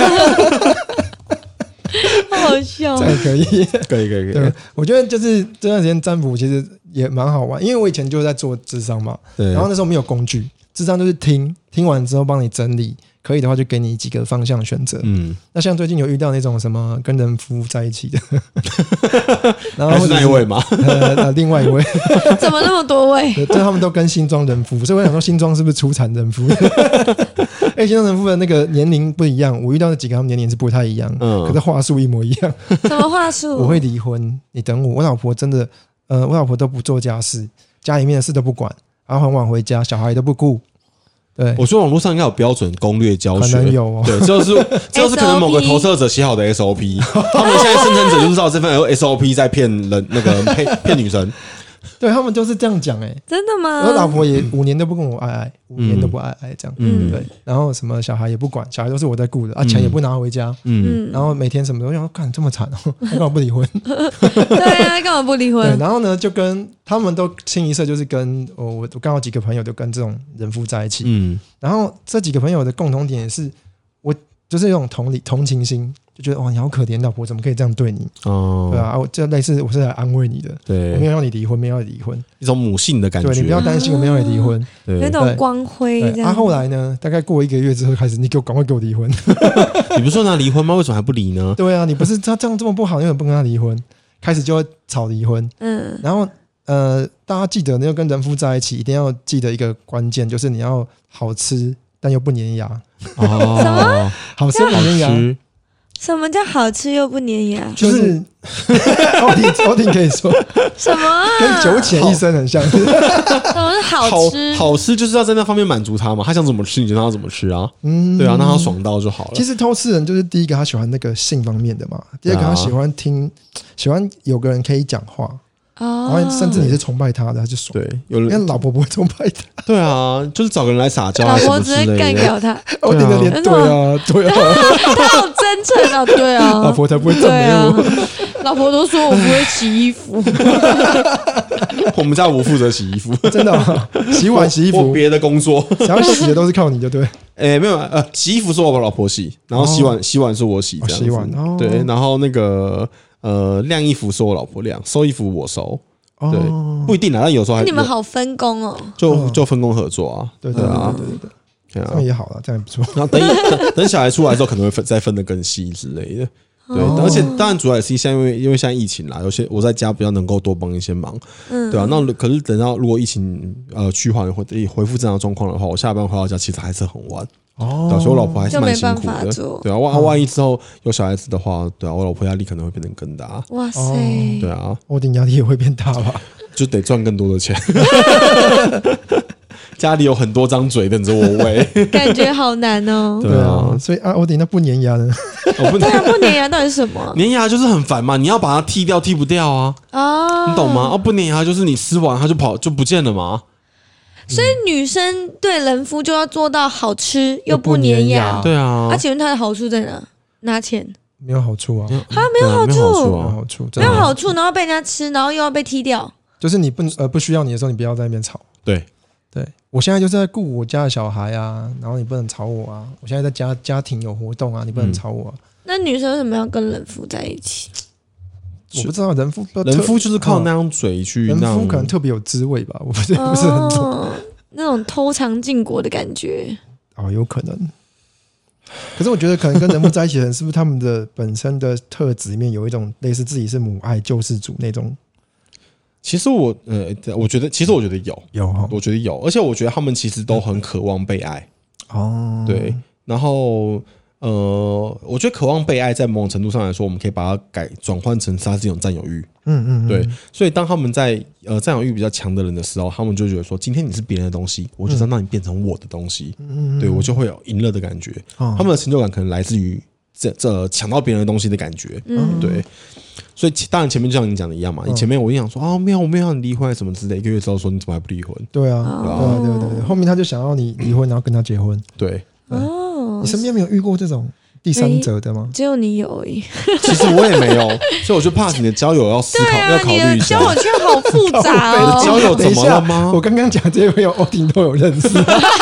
好笑， 这可以， 可以，可以，可以。 对，我觉得就是这段时间占卜其实也蛮好玩，因为我以前就在做智商嘛，然后那时候没有工具，智商就是听，听完之后帮你整理。可以的话，就给你几个方向选择。嗯，那像最近有遇到那种什么跟人夫在一起的，然后还是那一位吗？ 呃呃，另外一位， 怎么那么多位？ 对，他们都跟新庄人夫，所以我想说新庄是不是出产人夫？哎，新庄人夫的那个年龄不一样，我遇到的几个他们年龄是不太一样，嗯，可是话术一模一样。 什么话术？ 我会离婚，你等我。我老婆真的，呃，我老婆都不做家事，家里面的事都不管，然后很晚回家，小孩都不顾。对， 我说网络上应该有标准攻略教学， 可能有哦。 对，就是就是可能某个投射者写好的 S O P， 他们现在生成者就知道这份 S O P 在骗人，那个骗骗女生。 对，他们就是这样讲哎、欸， 真的吗？ 我老婆也五年都不跟我爱爱，五年都不爱爱这样，嗯，对。然后什么小孩也不管，小孩都是我在顾的啊，钱也不拿回家，嗯。然后每天什么都想，干这么惨哦，他干嘛不离婚？ 对啊，干嘛不离婚？ 对，然后呢，就跟他们都清一色，就是跟我我我刚好几个朋友都跟这种人夫在一起，嗯。然后这几个朋友的共同点也是，我就是那种同理同情心，就觉得哇你好可怜，老婆怎么可以这样对你？哦，对啊，我这类似我是来安慰你的，对，我没有要你离婚，没有要你离婚， 一种母性的感觉。 对，你不要担心，我没有要你离婚， 有那种光辉这样。 啊，后来呢，大概过一个月之后开始，你给我赶快给我离婚。 你不是说他离婚吗？为什么还不离呢？ 对啊，你不是他这样这么不好，你为什么不跟他离婚？开始就会吵离婚，嗯，然后呃，大家记得要跟人夫在一起，一定要记得一个关键，就是你要好吃但又不粘牙。 哦，什么？ 好吃不粘牙？ 什么叫好吃又不粘牙？ 就是欧弟，欧弟可以说什么、啊？ 跟九浅一生很像。 什么是好吃？ 好, 好吃就是要在那方面满足他嘛，他想怎么吃你就让他怎么吃啊。嗯，对啊，让他爽到就好了。 其实偷吃人就是第一个他喜欢那个性方面的嘛，第二个他喜欢听，啊、喜欢有个人可以讲话。哦，然后甚至你是崇拜他的，他就爽。 对，有人因为老婆不会崇拜他。 对啊，就是找个人来撒娇， 老婆直接干掉他。 我顶着脸，对啊，对啊， 他好真诚啊，对啊， 老婆才不会赞美我。 老婆都说我不会洗衣服。 我们家我负责洗衣服， 真的、啊，洗碗洗衣服， 别的工作， 只要洗的都是靠你就对。 哎、欸，没有，呃，洗衣服是我老婆洗，然后洗碗、哦、洗碗是我洗，这样子。洗碗、哦，对，然后那个。呃，晾衣服是我老婆晾，收衣服我收，对，哦、不一定啦，但有时候还你们好分工哦， 就就分工合作啊， 对对啊，对对对，对啊，这样也好了，这样也不错。 然后等等等小孩出来之后，可能会分再分得更细之类的，对，哦、而且当然主要也是现在因为因为现在疫情啦，有些我在家比较能够多帮一些忙，嗯，对啊，那可是等到如果疫情呃趋缓恢恢复正常状况的话，我下班回到家其实还是很晚。哦，所以我老婆还是蛮辛苦的，对啊，万万一之后有小孩子的话，对啊，我老婆压力可能会变得更大。哇塞，对啊， 欧丁压力也会变大吧？ 就得赚更多的钱。家里有很多张嘴等着我喂， 感觉好难哦。 对啊，所以啊，欧丁那不粘牙呢？ 哦、不对啊，不粘牙到底是什么？ 粘牙就是很烦嘛，你要把它剔掉，剔不掉啊。哦，你懂吗？哦，不粘牙就是你吃完它就跑就不见了嘛。 所以女生对人夫就要做到好吃又不粘牙， 对啊。 那、啊、请问她的好处在哪？拿钱？ 没有好处啊！ 啊，没有好处， 没有好处、 啊，没有好处， 没有好处，然后被人家吃，然后又要被踢掉。 就是你不呃不需要你的时候，你不要在那边吵。 对对，我现在就是在顾我家的小孩啊，然后你不能吵我啊。我现在在家家庭有活动啊，你不能吵我、啊嗯。 那女生为什么要跟人夫在一起？ 我不知道人夫， 人夫就是靠那张嘴去， 人夫可能特别有滋味吧，我不是、哦、不是很懂。 那种偷尝禁果的感觉哦，有可能。可是我觉得，可能跟人夫在一起的人，是不是他们的本身的特质里面有一种类似自己是母爱救世主那种？ 其实我呃，我觉得，其实我觉得有有、哦， 我觉得有，而且我觉得他们其实都很渴望被爱。哦，对，然后。呃，我觉得渴望被爱，在某种程度上来说，我们可以把它改转换成它是一种占有欲。嗯 嗯, 嗯，对。所以当他们在呃占有欲比较强的人的时候，他们就觉得说，今天你是别人的东西，我就是要让你变成我的东西。嗯嗯，对我就会有赢了的感觉。哦、他们的成就感可能来自于这这抢到别人的东西的感觉。嗯，对。所以当然前面就像你讲的一样嘛，你前面我一想说啊，没有，我没有要你离婚什么之类，一个月之后说你怎么还不离婚？ 对啊，对啊，对对对。后面他就想要你离婚，然后跟他结婚。 对。 哦， 你身边没有遇过这种第三者的吗？ 只有你有而已。 其实我也没有，所以我就怕你的交友要思考，啊、要考虑一下。 交友圈好复杂哦。 你的交友怎么了吗？ 我刚刚讲这些朋友，欧丁都有认识。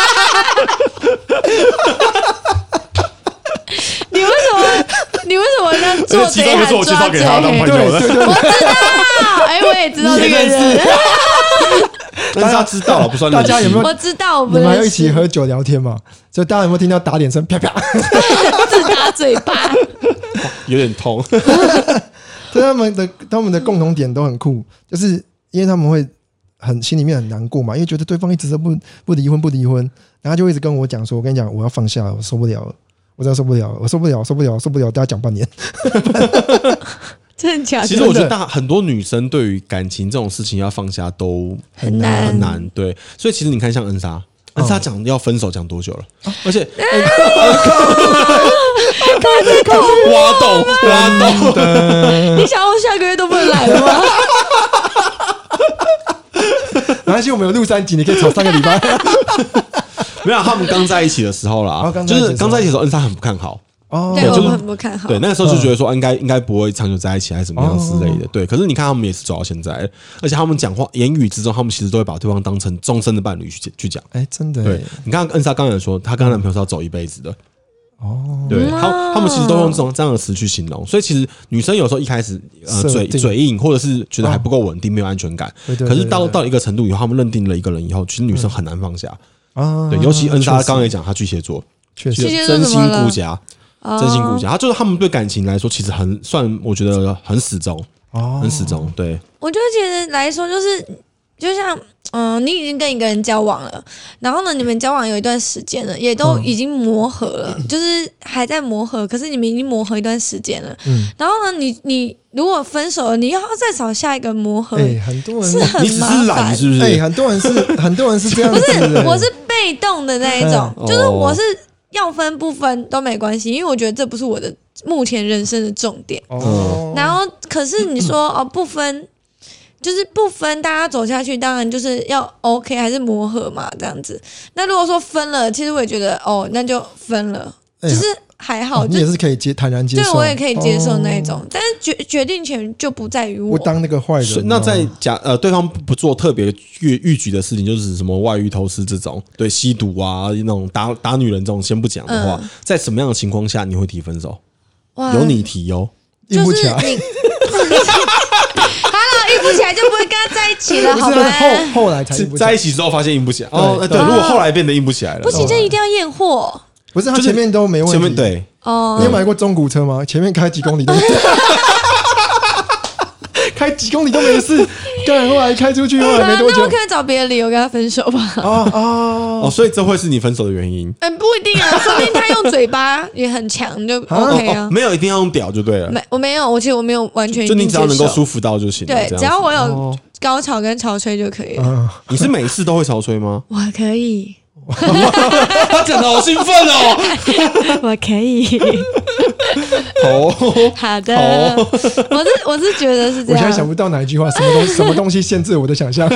你为什么？你为什么要做贼喊抓贼？ 我介绍给他当朋友的。 我知道，哎，我也知道这个人。 大家知道了，不算大家有没有？ 我知道，我们还要一起喝酒聊天嘛？所以大家有没有听到打点声？啪啪， 自打嘴巴， 有点痛。 所以他们的他们的共同点都很酷，就是因为他们会很心里面很难过嘛，因为觉得对方一直都不不离婚不离婚，然后就一直跟我讲说：“我跟你讲，我要放下了，我受不了了，我真的受不了了，我受不了，受不了，受不了。”大家讲半年。 真的假的？ 其实我觉得大很多女生对于感情这种事情要放下都很难很难，对。所以其实你看，像恩莎，恩莎讲要分手讲多久了？而且挖洞挖洞， 你想我下个月都不能来了吗？ 没关系，我们有录三集，你可以吵三个礼拜。 没有，他们刚在一起的时候啦，就是刚在一起的时候，恩莎很不看好。 哦，对，我很不看好。 对，那个时候就觉得说，应该应该不会长久在一起，还是怎么样之类的。对，可是你看他们也是走到现在，而且他们讲话言语之中，他们其实都会把对方当成终身的伴侣去去讲。 哎，真的。 对，你看恩莎刚才说，她跟她男朋友是要走一辈子的。 哦，对，他他们其实都用这种这样的词去形容，所以其实女生有时候一开始呃嘴嘴硬，或者是觉得还不够稳定，没有安全感。可是到到一个程度以后，他们认定了一个人以后，其实女生很难放下啊。对，尤其恩莎刚刚也讲，她巨蟹座， 确实真心顾家，真心顾家。他就是他们对感情来说，其实很算，我觉得很死忠，很死忠。对， 我觉得其实来说就是。就像，嗯，你已经跟一个人交往了，然后呢，你们交往有一段时间了，也都已经磨合了，嗯、就是还在磨合，可是你们已经磨合一段时间了。嗯，然后呢，你你如果分手了，你要再找下一个磨合， 欸、很多人是很麻烦， 你只是懒是不是？ 哎、欸，很多人是很多人是这样子， 不是，我是被动的那一种， 欸、 就是我是要分不分都没关系，因为我觉得这不是我的目前人生的重点。哦，然后可是你说哦不分。就是不分，大家走下去，当然就是要 OK 还是磨合嘛，这样子。那如果说分了，其实我也觉得哦，那就分了，欸、就是还好， 哦、你也是可以接坦然接受， 对我也可以接受那一种。哦、但是决决定权就不在于我， 不当那个坏人。 那在假呃对方不做特别逾逾矩的事情，就是什么外遇、偷吃这种，对吸毒啊那种打打女人这种，先不讲的话，嗯、在什么样的情况下你会提分手？有你提哦， 硬不起来。 硬不起来就不会跟他在一起了，好吗？ 后后来才在一起之后发现硬不起来。哦，对，如果后来变得硬不起来了， 不行，这一定要验货。 不是，他前面都没问题。 前面对哦， 你有买过中古车吗？前面开几公里都开几公里都没事，但后来开出去后来没多久， 那我可能找别的理由跟他分手吧。 哦哦哦，所以这会是你分手的原因？ 嗯，不一定啊，说不定他用嘴巴也很强，就 OK 啊。 没有一定要用屌就对了。 没，我没有，我其实我没有完全， 就你只要能够舒服到就行了。 对，只要我有高潮跟潮吹就可以了。 你是每次都会潮吹吗？ 我可以。 他讲的好兴奋哦！ 我可以。 好好的，我是我是觉得是这样。 我现在想不到哪一句话，什么东什么东西限制我的想象。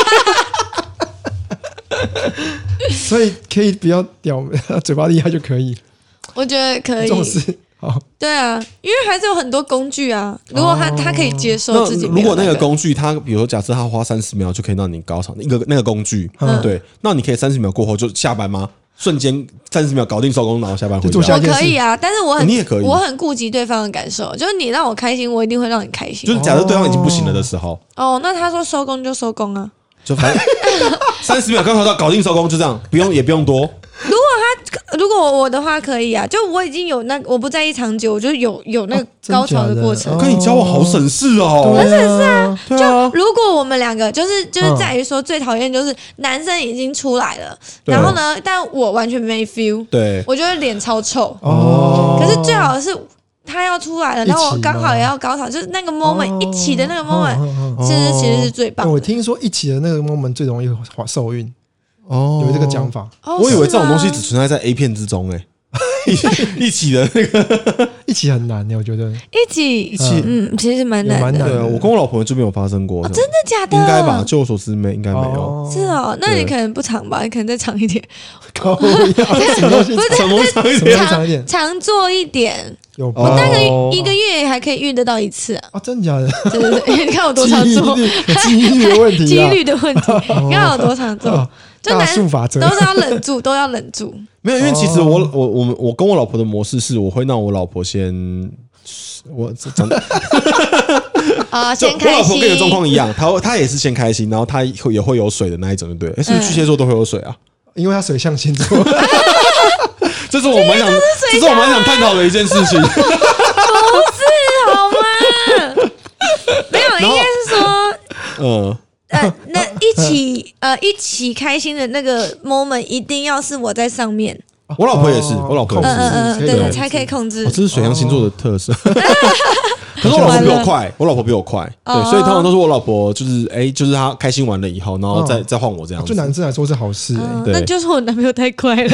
所以可以不要屌，嘴巴厉害就可以。 我觉得可以。 这种事好。 对啊，因为还是有很多工具啊。如果他、哦、他可以接受自己、那個， 如果那个工具，他比如说假设他花三十秒就可以让你高潮，一个那个工具，嗯、对，那你可以三十秒过后就下班吗？瞬间三十秒搞定收工，然后下班回家。 我可以啊，但是我很、 哦、你也可以， 我很顾及对方的感受，就是你让我开心，我一定会让你开心。 就是假设对方已经不行了的时候， 哦，那他说收工就收工啊， 就反正三十秒刚好到搞定收工，就这样，不用也不用多。 如果他如果我的话可以啊，就我已经有那我不在意长久，我就有有那个高潮的过程。 我、哦、跟你交往好省事哦， 很省事啊。就如果我们两个就是就是在于说最讨厌就是男生已经出来了，然后呢，但我完全没 feel， 对， 我觉得脸超臭。哦，可是最好的是他要出来了，然后我刚好也要高潮，就是那个 moment、哦、一起的那个 moment，、哦、其实其实是最棒的。 我听说一起的那个 moment 最容易受孕。哦，有这个讲法、 哦， 我以为这种东西只存在在 A 片之中、欸，哎，一起的那个一起很难的、欸，我觉得一起一起，嗯，其实蛮难的。 对啊，我跟我老婆就没有发生过， 哦、真的假的？ 应该吧？就我所知没，应该没有。 哦是哦，那你可能不长吧？你可能再长一点。 高不要什么东西？ 不是， 什么长一点？ 长一点， 常做一点。 有我大概一个月还可以遇得到一次啊！ 啊，真的假的？ 对对对，你看我多常做， 几率的问题， 几率的问题，你看我多常做。就大数法则都是要忍住，都要忍住。 没有，因为其实我我我们我跟我老婆的模式是，我会让我老婆先我讲啊，先开心。 我老婆跟你的状况一样，她她也是先开心，然后她也会有水的那一种，对不对？是不是巨蟹座都会有水啊？ 因为她水象星座。 这是我蛮想，这是我蛮想探讨的一件事情。 不是好吗？没有，应该是说，嗯。呃，那一起呃一起开心的那个 moment 一定要是我在上面。 我老婆也是，我老婆也是， 嗯嗯嗯，对对，才可以控制。 这是水象星座的特色。可是我老婆比我快，我老婆比我快，对，所以通常都是我老婆就是哎，就是她开心完了以后，然后再再换我这样子。 对男生来说是好事， 那就是我男朋友太快了。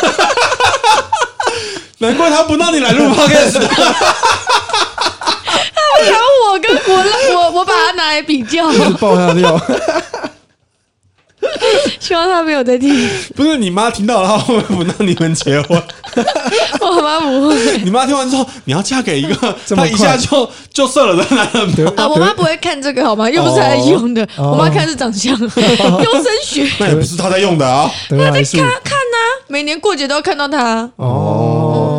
难怪他不让你来录 podcast。 然后我跟我我我把他拿来比较， 爆他的料。 希望他没有在听。 不是你妈听到了，她会不会不让你们结婚？ 我妈不会。 你妈听完之后，你要嫁给一个她一下就就射了的男人啊！我妈不会看这个好吗？又不是她用的，哦、我妈看是长相，优生学。 那也不是她在用的啊， 她在看看啊，每年过节都要看到她。哦。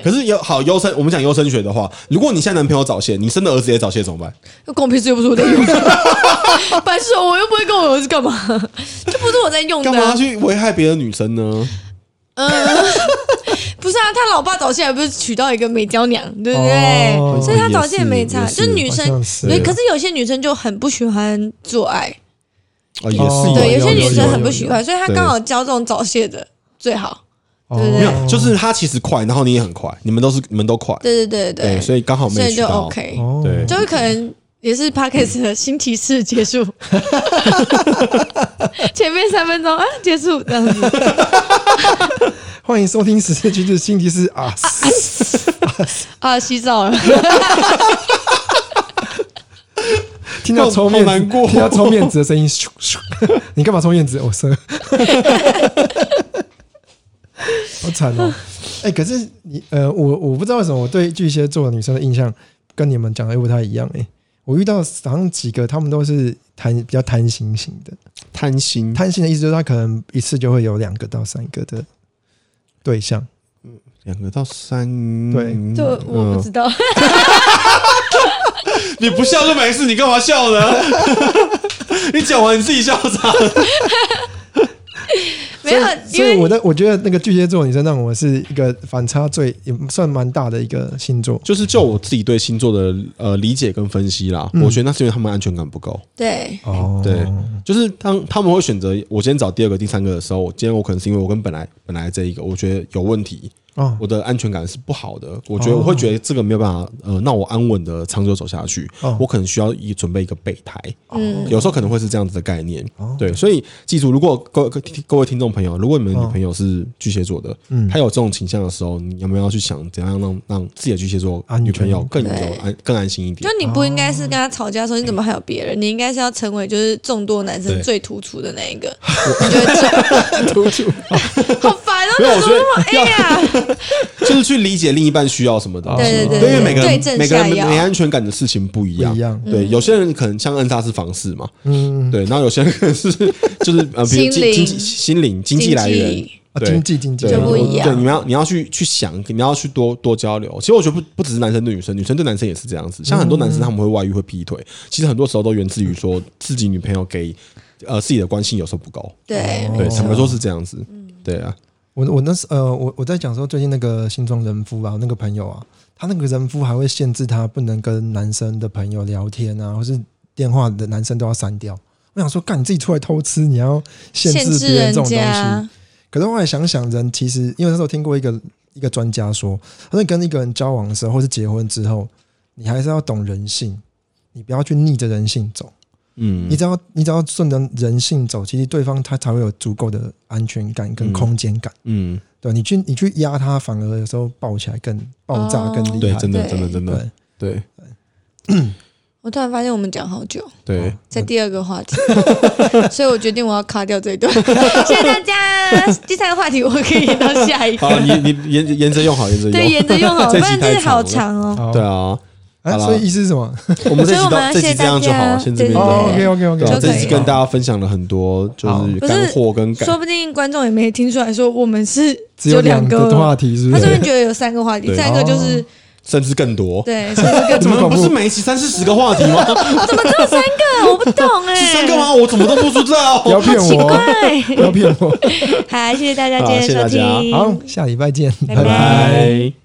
可是有好优生，我们讲优生学的话，如果你现在男朋友早泄，你生的儿子也早泄怎么办？ 关我屁事，又不是我在用。白痴，我又不会跟我儿子干嘛，就不是我在用的、啊。 干嘛去危害别的女生呢？ 嗯，不是啊，他老爸早泄还不是娶到一个美娇娘，对不对？哦、所以他早泄也没差，就女生，对，可是有些女生就很不喜欢做爱。 哦，也是对，有些女生很不喜欢，所以他刚好教这种早泄的最好。对不对？ 没有，就是他其实快，然后你也很快，你们都是你们都快。 对对对 对, 对，所以刚好没所以就 OK。 对， 就是可能也是 Podcast 的星期四结束，前面三分钟啊结束这样子。 欢迎收听十四区的星期四啊啊洗澡了。 听到抽面子，听到抽面子的声音，咻咻，你干嘛抽面子？我射。好惨哦！哎、欸，可是你呃，我我不知道为什么我对巨蟹座的女生的印象跟你们讲的又不太一样哎、欸。我遇到好像几个，他们都是贪比较贪心型的。 贪心， 贪心的意思就是他可能一次就会有两个到三个的对象。 嗯，两个到三， 对， 就我不知道。 你不笑就没事，你干嘛笑呢？你讲完你自己笑啥？ 没有， 所以我的我觉得那个巨蟹座女生让我是一个反差最也算蛮大的一个星座。 就是就我自己对星座的呃理解跟分析啦，嗯、我觉得那是因为他们安全感不够。 对， 哦， 对，就是当他们会选择我今天找第二个、第三个的时候，今天我可能是因为我跟本来本来这一个我觉得有问题。哦、我的安全感是不好的，我觉得我会觉得这个没有办法，呃，让我安稳的长久走下去。哦、我可能需要一准备一个备胎，嗯，有时候可能会是这样子的概念。哦、对，所以记住，如果各位各位听众朋友，如果你们的女朋友是巨蟹座的，嗯，她有这种倾向的时候，你有没有要去想怎样让让自己的巨蟹座女朋友更有安更安心一点？ 就你不应该是跟她吵架的时候，你怎么还有别人？你应该是要成为就是众多男生最突出的那一个。我觉得突出， 好烦哦！怎么那么 A 啊？ 就是去理解另一半需要什么东西， 对对对， 因为每个人每个人没安全感的事情不一样， 不一样对，有些人可能像恩莎是房事嘛，嗯，对，然后有些人可能是就是呃，比如经经济心灵经济来源， 对，经济经济就不一样， 对，你要你要去去想，你要去多多交流。其实我觉得不不只是男生对女生，女生对男生也是这样子。像很多男生他们会外遇会劈腿，其实很多时候都源自于说自己女朋友给呃自己的关心有时候不够， 对对，坦白说是这样子，对啊。 我我那时呃我我在讲说最近那个新庄人夫啊，那个朋友啊，他那个人夫还会限制他不能跟男生的朋友聊天啊，或是电话的男生都要删掉。我想说，干你自己出来偷吃，你要限制别人这种东西。可是后来想想，人其实因为那时候听过一个一个专家说，他说你跟一个人交往的时候，或是结婚之后，你还是要懂人性，你不要去逆着人性走。嗯，你只要你只要顺着人性走，其实对方他才会有足够的安全感跟空间感。嗯，对，你去你去压他，反而有时候爆起来更爆炸更厉害。 对，真的真的真的，对。 对我突然发现我们讲好久， 对， 在第二个话题，所以我决定我要卡掉这一段。谢谢大家。第三个话题我可以延到下一个。 好，你你沿沿着用好，沿着用。 对，沿着用好，不然这好长哦。 对啊。 啊，所以意思是什么？ 我们这集到这集这样就好，先这边。 哦 ，OK OK OK， 这集跟大家分享了很多，就是干货跟感。 说不定观众也没听出来说我们是只有两个话题，是不是？ 他这边觉得有三个话题，再一个就是甚至更多。 对，甚至更多。 怎么不是每一期三四十个话题吗？ 怎么只有三个？我不懂哎。 是三个吗？我怎么都不知道。 不要骗我， 奇怪， 不要骗我。 好，谢谢大家今天的收听， 好，下礼拜见， 拜拜。